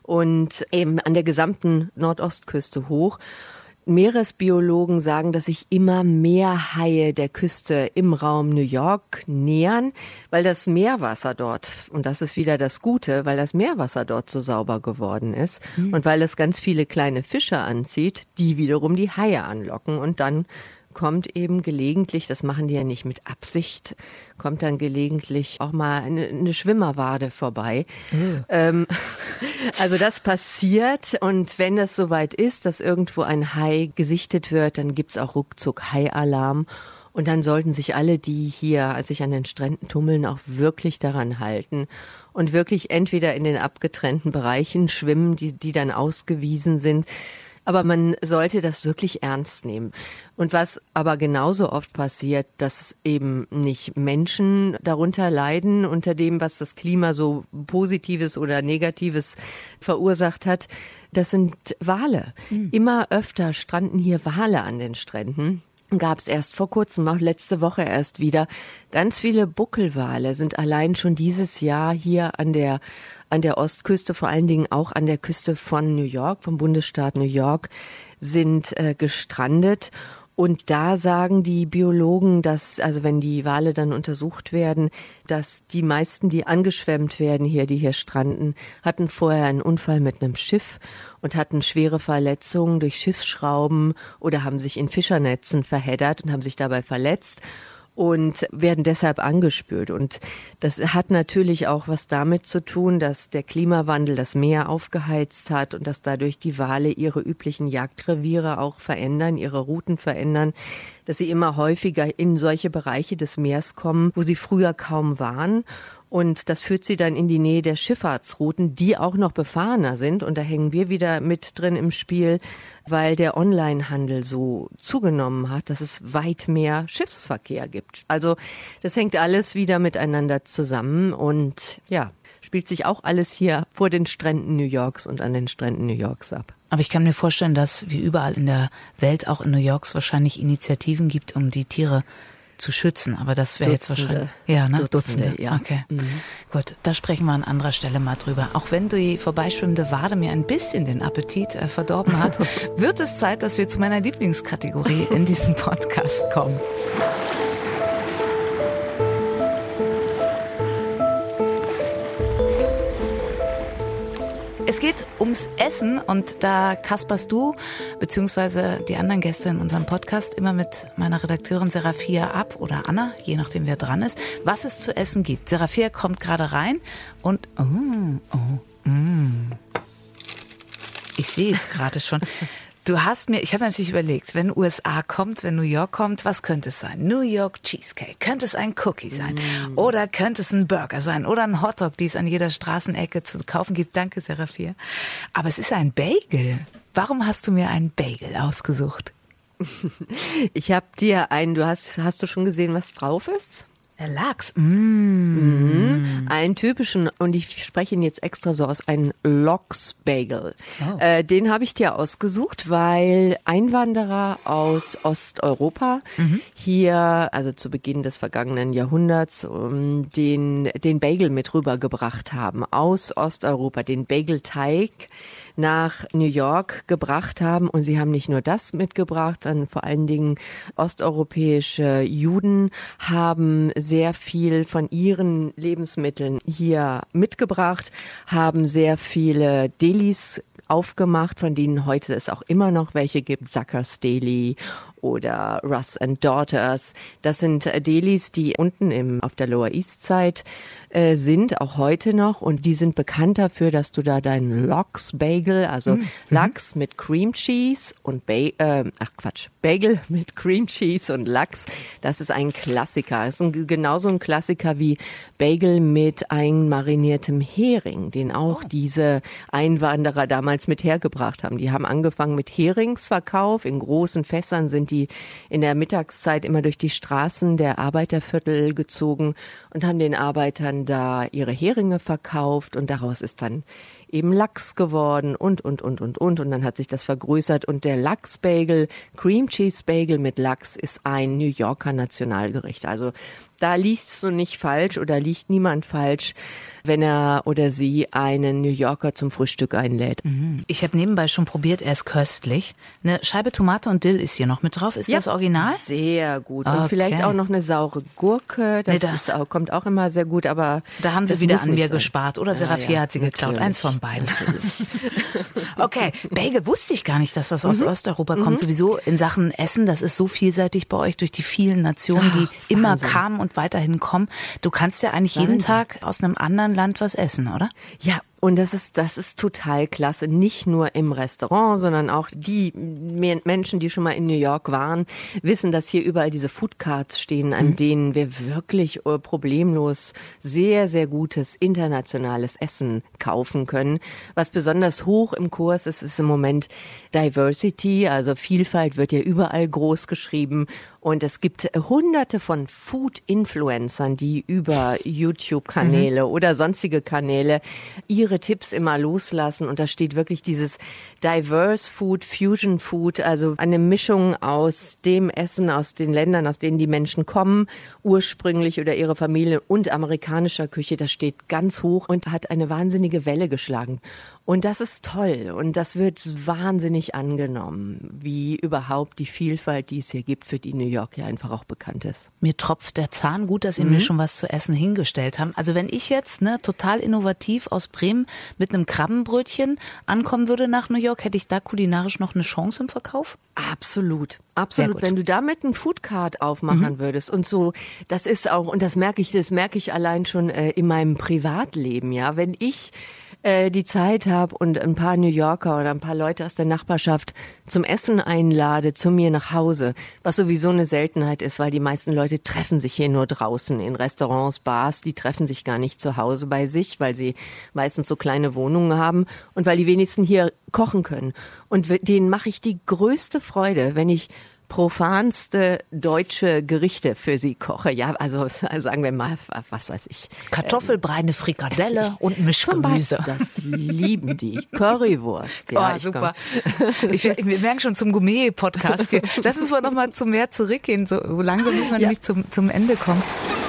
und eben an der gesamten Nordostküste hoch. Meeresbiologen sagen, dass sich immer mehr Haie der Küste im Raum New York nähern, weil das Meerwasser dort, und das ist wieder das Gute, weil das Meerwasser dort so sauber geworden ist und weil es ganz viele kleine Fische anzieht, die wiederum die Haie anlocken und dann kommt eben gelegentlich, das machen die ja nicht mit Absicht, kommt dann gelegentlich auch mal eine Schwimmerwade vorbei. Also das passiert und wenn es soweit ist, dass irgendwo ein Hai gesichtet wird, dann gibt's auch ruckzuck Haialarm. Und dann sollten sich alle, die hier sich an den Stränden tummeln, auch wirklich daran halten und wirklich entweder in den abgetrennten Bereichen schwimmen, die dann ausgewiesen sind. Aber man sollte das wirklich ernst nehmen. Und was aber genauso oft passiert, dass eben nicht Menschen darunter leiden, unter dem, was das Klima so Positives oder Negatives verursacht hat, das sind Wale. Immer öfter stranden hier Wale an den Stränden. Gab es erst vor kurzem, auch letzte Woche erst wieder. Ganz viele Buckelwale sind allein schon dieses Jahr hier an der Ostküste, vor allen Dingen auch an der Küste von New York, vom Bundesstaat New York, sind gestrandet. Und da sagen die Biologen, dass, also wenn die Wale dann untersucht werden, dass die meisten, die angeschwemmt werden hier, die hier stranden, hatten vorher einen Unfall mit einem Schiff und hatten schwere Verletzungen durch Schiffsschrauben oder haben sich in Fischernetzen verheddert und haben sich dabei verletzt und werden deshalb angespült. Und das hat natürlich auch was damit zu tun, dass der Klimawandel das Meer aufgeheizt hat und dass dadurch die Wale ihre üblichen Jagdreviere auch verändern, ihre Routen verändern, dass sie immer häufiger in solche Bereiche des Meers kommen, wo sie früher kaum waren. Und das führt sie dann in die Nähe der Schifffahrtsrouten, die auch noch befahrener sind. Und da hängen wir wieder mit drin im Spiel, weil der Onlinehandel so zugenommen hat, dass es weit mehr Schiffsverkehr gibt. Also das hängt alles wieder miteinander zusammen und ja, spielt sich auch alles hier vor den Stränden New Yorks und an den Stränden New Yorks ab. Aber ich kann mir vorstellen, dass wie überall in der Welt auch in New York wahrscheinlich Initiativen gibt, um die Tiere zu schützen, aber das wäre jetzt wahrscheinlich... Ja, ne? Dutzende, ja. Okay. Gut, da sprechen wir an anderer Stelle mal drüber. Auch wenn die vorbeischwimmende Wade mir ein bisschen den Appetit verdorben hat, wird es Zeit, dass wir zu meiner Lieblingskategorie in diesem Podcast kommen. Es geht ums Essen und da kasperst du, beziehungsweise die anderen Gäste in unserem Podcast, immer mit meiner Redakteurin Serafia ab oder Anna, je nachdem wer dran ist, was es zu essen gibt. Serafia kommt gerade rein und ich sehe es gerade schon. Ich habe natürlich überlegt, wenn USA kommt, wenn New York kommt, was könnte es sein? New York Cheesecake, könnte es ein Cookie sein? Oder könnte es ein Burger sein? Oder ein Hotdog, die es an jeder Straßenecke zu kaufen gibt? Danke, Serafia. Aber es ist ein Bagel. Warum hast du mir einen Bagel ausgesucht? Ich habe dir hast du schon gesehen, was drauf ist? Der Lachs. Einen typischen, und ich spreche ihn jetzt extra so aus, einen Lox Bagel. Oh. Den habe ich dir ausgesucht, weil Einwanderer aus Osteuropa hier, also zu Beginn des vergangenen Jahrhunderts, den Bagel mit rübergebracht haben aus Osteuropa, den Bagelteig nach New York gebracht haben. Und sie haben nicht nur das mitgebracht, sondern vor allen Dingen osteuropäische Juden haben sehr viel von ihren Lebensmitteln hier mitgebracht, haben sehr viele Delis aufgemacht, von denen heute es auch immer noch welche gibt, Zucker's Deli oder Russ and Daughters. Das sind Delis, die unten auf der Lower East Side sind, auch heute noch. Und die sind bekannt dafür, dass du da deinen Lox Bagel, also Lachs mit Cream Cheese und Bagel mit Cream Cheese und Lachs. Das ist ein Klassiker. Das ist genauso ein Klassiker wie Bagel mit einmariniertem Hering, den auch diese Einwanderer damals mit hergebracht haben. Die haben angefangen mit Heringsverkauf. In großen Fässern sind die in der Mittagszeit immer durch die Straßen der Arbeiterviertel gezogen und haben den Arbeitern da ihre Heringe verkauft und daraus ist dann eben Lachs geworden und. Und dann hat sich das vergrößert und der Lachs-Bagel, Cream Cheese Bagel mit Lachs ist ein New Yorker Nationalgericht. Also da liegst du nicht falsch oder liegt niemand falsch, wenn er oder sie einen New Yorker zum Frühstück einlädt. Ich habe nebenbei schon probiert, er ist köstlich. Eine Scheibe Tomate und Dill ist hier noch mit drauf. Ist das Original? Sehr gut. Und vielleicht auch noch eine saure Gurke. Das kommt auch immer sehr gut. Aber da haben sie wieder an mir gespart. Oder Serafia hat sie geklaut. Eins von beiden. Okay, Bagel wusste ich gar nicht, dass das aus Osteuropa kommt. Sowieso in Sachen Essen, das ist so vielseitig bei euch durch die vielen Nationen, die immer kamen und weiterhin kommen. Du kannst ja eigentlich jeden Tag aus einem anderen Land was essen, oder? Ja, und das ist total klasse. Nicht nur im Restaurant, sondern auch die Menschen, die schon mal in New York waren, wissen, dass hier überall diese Foodcards stehen, an denen wir wirklich problemlos sehr, sehr gutes internationales Essen kaufen können. Was besonders hoch im Kurs ist im Moment Diversity, also Vielfalt wird ja überall groß geschrieben. Und es gibt hunderte von Food-Influencern, die über YouTube-Kanäle oder sonstige Kanäle ihre Tipps immer loslassen. Und da steht wirklich dieses Diverse Food, Fusion Food, also eine Mischung aus dem Essen, aus den Ländern, aus denen die Menschen kommen, ursprünglich oder ihre Familie und amerikanischer Küche. Das steht ganz hoch und hat eine wahnsinnige Welle geschlagen. Und das ist toll und das wird wahnsinnig angenommen, wie überhaupt die Vielfalt, die es hier gibt, für die New York ja einfach auch bekannt ist. Mir tropft der Zahn, gut, dass ihr mir schon was zu essen hingestellt habt. Also wenn ich jetzt total innovativ aus Bremen mit einem Krabbenbrötchen ankommen würde nach New York, hätte ich da kulinarisch noch eine Chance im Verkauf? Absolut. Absolut. Wenn du damit einen Foodcard aufmachen würdest und so, das ist auch, und das merke ich allein schon in meinem Privatleben, ja, wenn ich die Zeit habe und ein paar New Yorker oder ein paar Leute aus der Nachbarschaft zum Essen einlade, zu mir nach Hause, was sowieso eine Seltenheit ist, weil die meisten Leute treffen sich hier nur draußen in Restaurants, Bars, die treffen sich gar nicht zu Hause bei sich, weil sie meistens so kleine Wohnungen haben und weil die wenigsten hier kochen können. Und denen mache ich die größte Freude, wenn ich profanste deutsche Gerichte für sie koche. Ja, also sagen wir mal, was weiß ich. Kartoffelbrei, eine Frikadelle und Mischgemüse. Das lieben die. Currywurst. Ja, oh, super. Wir merken schon zum Gourmet-Podcast hier. Lass uns mal noch mal zum Meer zurückgehen. So langsam müssen wir nämlich zum Ende kommen.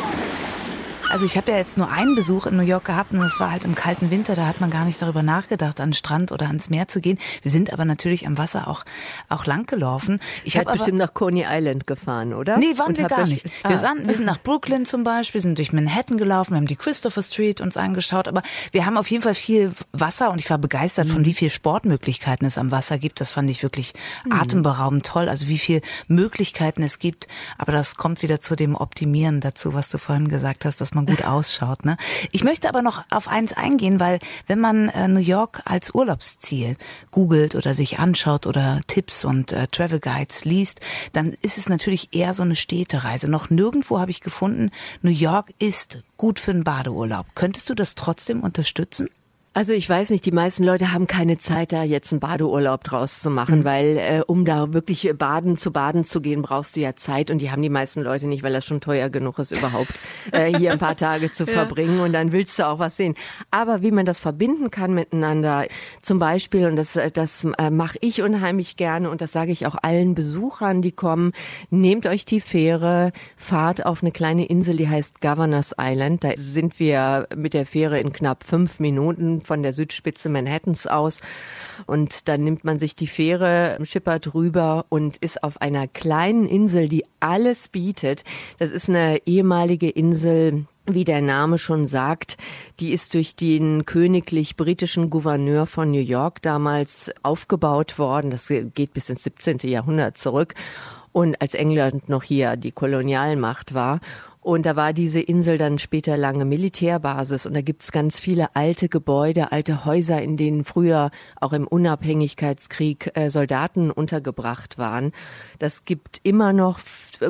Also ich habe ja jetzt nur einen Besuch in New York gehabt und das war halt im kalten Winter, da hat man gar nicht darüber nachgedacht, an den Strand oder ans Meer zu gehen. Wir sind aber natürlich am Wasser auch lang gelaufen. Ich habe bestimmt nach Coney Island gefahren, oder? Nee, waren wir gar nicht. Wir sind nach Brooklyn zum Beispiel, sind durch Manhattan gelaufen, wir haben die Christopher Street uns angeschaut, aber wir haben auf jeden Fall viel Wasser und ich war begeistert von wie viel Sportmöglichkeiten es am Wasser gibt. Das fand ich wirklich atemberaubend toll, also wie viel Möglichkeiten es gibt. Aber das kommt wieder zu dem Optimieren dazu, was du vorhin gesagt hast, dass man gut ausschaut. Ne? Ich möchte aber noch auf eins eingehen, weil wenn man New York als Urlaubsziel googelt oder sich anschaut oder Tipps und Travel Guides liest, dann ist es natürlich eher so eine Städtereise. Noch nirgendwo habe ich gefunden, New York ist gut für einen Badeurlaub. Könntest du das trotzdem unterstützen? Also ich weiß nicht, die meisten Leute haben keine Zeit, da jetzt einen Badeurlaub draus zu machen, weil um da wirklich baden zu gehen, brauchst du ja Zeit und die haben die meisten Leute nicht, weil das schon teuer genug ist, überhaupt hier ein paar Tage zu verbringen und dann willst du auch was sehen. Aber wie man das verbinden kann miteinander, zum Beispiel, und das mache ich unheimlich gerne und das sage ich auch allen Besuchern, die kommen, nehmt euch die Fähre, fahrt auf eine kleine Insel, die heißt Governor's Island. Da sind wir mit der Fähre in knapp 5 Minuten von der Südspitze Manhattans aus und dann nimmt man sich die Fähre, schippert rüber und ist auf einer kleinen Insel, die alles bietet. Das ist eine ehemalige Insel, wie der Name schon sagt, die ist durch den königlich-britischen Gouverneur von New York damals aufgebaut worden. Das geht bis ins 17. Jahrhundert zurück und als England noch hier die Kolonialmacht war. Und da war diese Insel dann später lange Militärbasis und da gibt's ganz viele alte Gebäude, alte Häuser, in denen früher auch im Unabhängigkeitskrieg Soldaten untergebracht waren. Das gibt immer noch,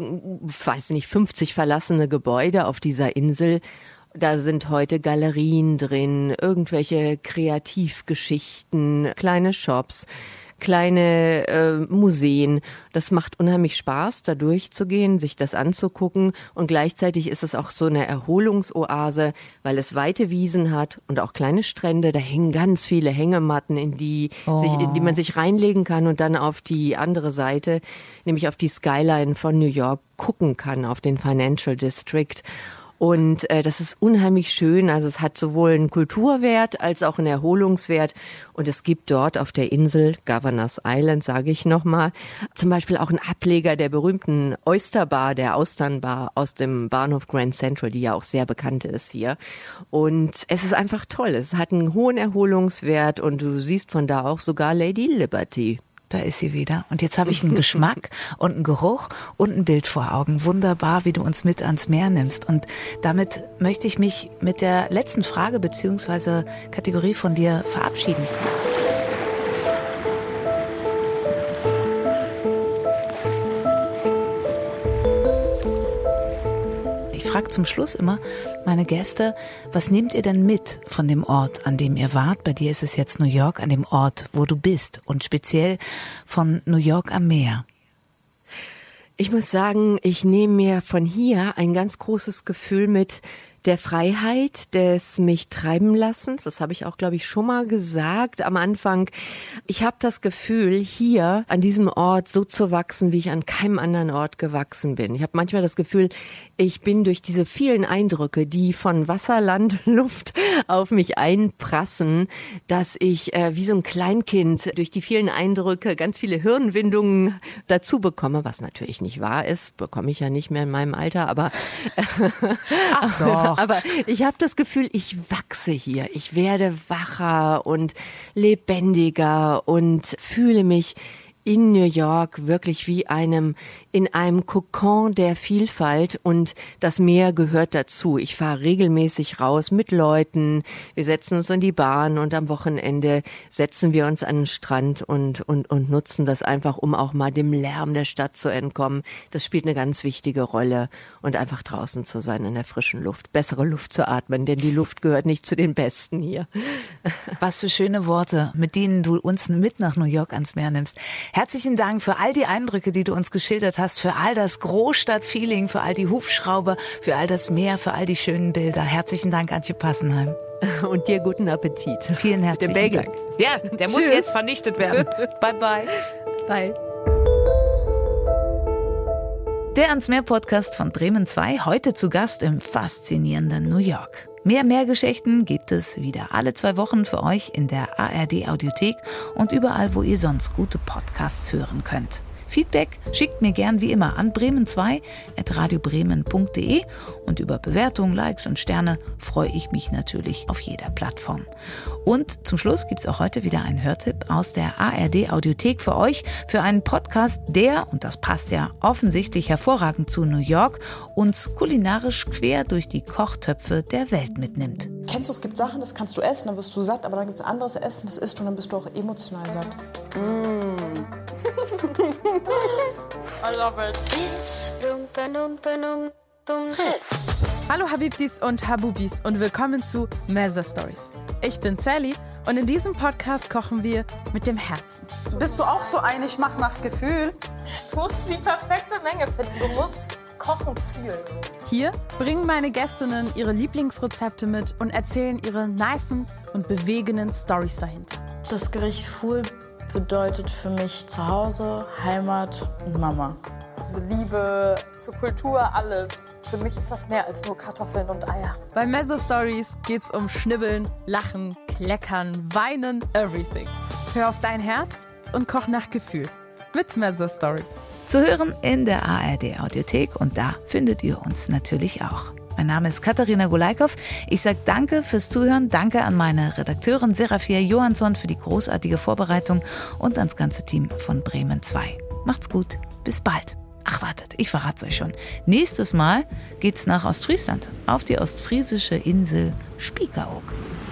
weiß nicht, 50 verlassene Gebäude auf dieser Insel. Da sind heute Galerien drin, irgendwelche Kreativgeschichten, kleine Shops, kleine Museen. Das macht unheimlich Spaß, da durchzugehen, sich das anzugucken. Und gleichzeitig ist es auch so eine Erholungsoase, weil es weite Wiesen hat und auch kleine Strände. Da hängen ganz viele Hängematten, in die man sich reinlegen kann und dann auf die andere Seite, nämlich auf die Skyline von New York, gucken kann, auf den Financial District. Und das ist unheimlich schön. Also es hat sowohl einen Kulturwert als auch einen Erholungswert. Und es gibt dort auf der Insel, Governor's Island, sage ich nochmal, zum Beispiel auch einen Ableger der berühmten Oyster Bar, der Austernbar aus dem Bahnhof Grand Central, die ja auch sehr bekannt ist hier. Und es ist einfach toll. Es hat einen hohen Erholungswert und du siehst von da auch sogar Lady Liberty. Da ist sie wieder. Und jetzt habe ich einen Geschmack und einen Geruch und ein Bild vor Augen. Wunderbar, wie du uns mit ans Meer nimmst. Und damit möchte ich mich mit der letzten Frage bzw. Kategorie von dir verabschieden. Ich frage zum Schluss immer meine Gäste, was nehmt ihr denn mit von dem Ort, an dem ihr wart? Bei dir ist es jetzt New York, an dem Ort, wo du bist und speziell von New York am Meer. Ich muss sagen, ich nehme mir von hier ein ganz großes Gefühl mit der Freiheit, des mich treiben lassens. Das habe ich auch, glaube ich, schon mal gesagt am Anfang. Ich habe das Gefühl, hier an diesem Ort so zu wachsen, wie ich an keinem anderen Ort gewachsen bin. Ich habe manchmal das Gefühl, ich bin durch diese vielen Eindrücke, die von Wasser, Land, Luft auf mich einprassen, dass ich wie so ein Kleinkind durch die vielen Eindrücke ganz viele Hirnwindungen dazu bekomme, was natürlich nicht wahr ist, bekomme ich ja nicht mehr in meinem Alter, aber ach doch. Aber ich habe das Gefühl, ich wachse hier. Ich werde wacher und lebendiger und fühle mich in New York wirklich wie in einem Kokon der Vielfalt, und das Meer gehört dazu. Ich fahre regelmäßig raus mit Leuten, wir setzen uns in die Bahn und am Wochenende setzen wir uns an den Strand und nutzen das einfach, um auch mal dem Lärm der Stadt zu entkommen. Das spielt eine ganz wichtige Rolle, und einfach draußen zu sein in der frischen Luft, bessere Luft zu atmen, denn die Luft gehört nicht zu den besten hier. Was für schöne Worte, mit denen du uns mit nach New York ans Meer nimmst. Herzlichen Dank für all die Eindrücke, die du uns geschildert hast, für all das Großstadt-Feeling, für all die Hubschrauber, für all das Meer, für all die schönen Bilder. Herzlichen Dank, Antje Passenheim. Und dir guten Appetit. Vielen herzlichen Dank. Ja, der muss jetzt vernichtet werden. Bye, bye. Bye. Der Ans Meer Podcast von Bremen 2, heute zu Gast im faszinierenden New York. Mehr Meergeschichten gibt es wieder alle 2 Wochen für euch in der ARD Audiothek und überall, wo ihr sonst gute Podcasts hören könnt. Feedback schickt mir gern wie immer an bremen2@radiobremen.de, und über Bewertungen, Likes und Sterne freue ich mich natürlich auf jeder Plattform. Und zum Schluss gibt's auch heute wieder einen Hörtipp aus der ARD Audiothek für euch, für einen Podcast, der, und das passt ja offensichtlich hervorragend zu New York, uns kulinarisch quer durch die Kochtöpfe der Welt mitnimmt. Kennst du, es gibt Sachen, das kannst du essen, dann wirst du satt, aber dann gibt es anderes Essen, das isst du und dann bist du auch emotional satt. I love it. Hallo Habibtis und Habubis und willkommen zu Mezza Stories. Ich bin Sally und in diesem Podcast kochen wir mit dem Herzen. Bist du auch so ein, ich mach nach Gefühl? Du musst die perfekte Menge finden, du musst kochen fühlen. Hier bringen meine Gästinnen ihre Lieblingsrezepte mit und erzählen ihre nicen und bewegenden Stories dahinter. Das Gericht Fool bedeutet für mich Zuhause, Heimat und Mama. Diese Liebe zur Kultur, alles. Für mich ist das mehr als nur Kartoffeln und Eier. Bei Mezza Stories geht's um Schnibbeln, Lachen, Kleckern, Weinen, everything. Hör auf dein Herz und koch nach Gefühl. Mit Mezza Stories. Zu hören in der ARD Audiothek, und da findet ihr uns natürlich auch. Mein Name ist Katharina Golaikow. Ich sage danke fürs Zuhören, danke an meine Redakteurin Serafia Johansson für die großartige Vorbereitung und ans ganze Team von Bremen 2. Macht's gut, bis bald. Ach, wartet, ich verrate es euch schon. Nächstes Mal geht's nach Ostfriesland, auf die ostfriesische Insel Spiekeroog.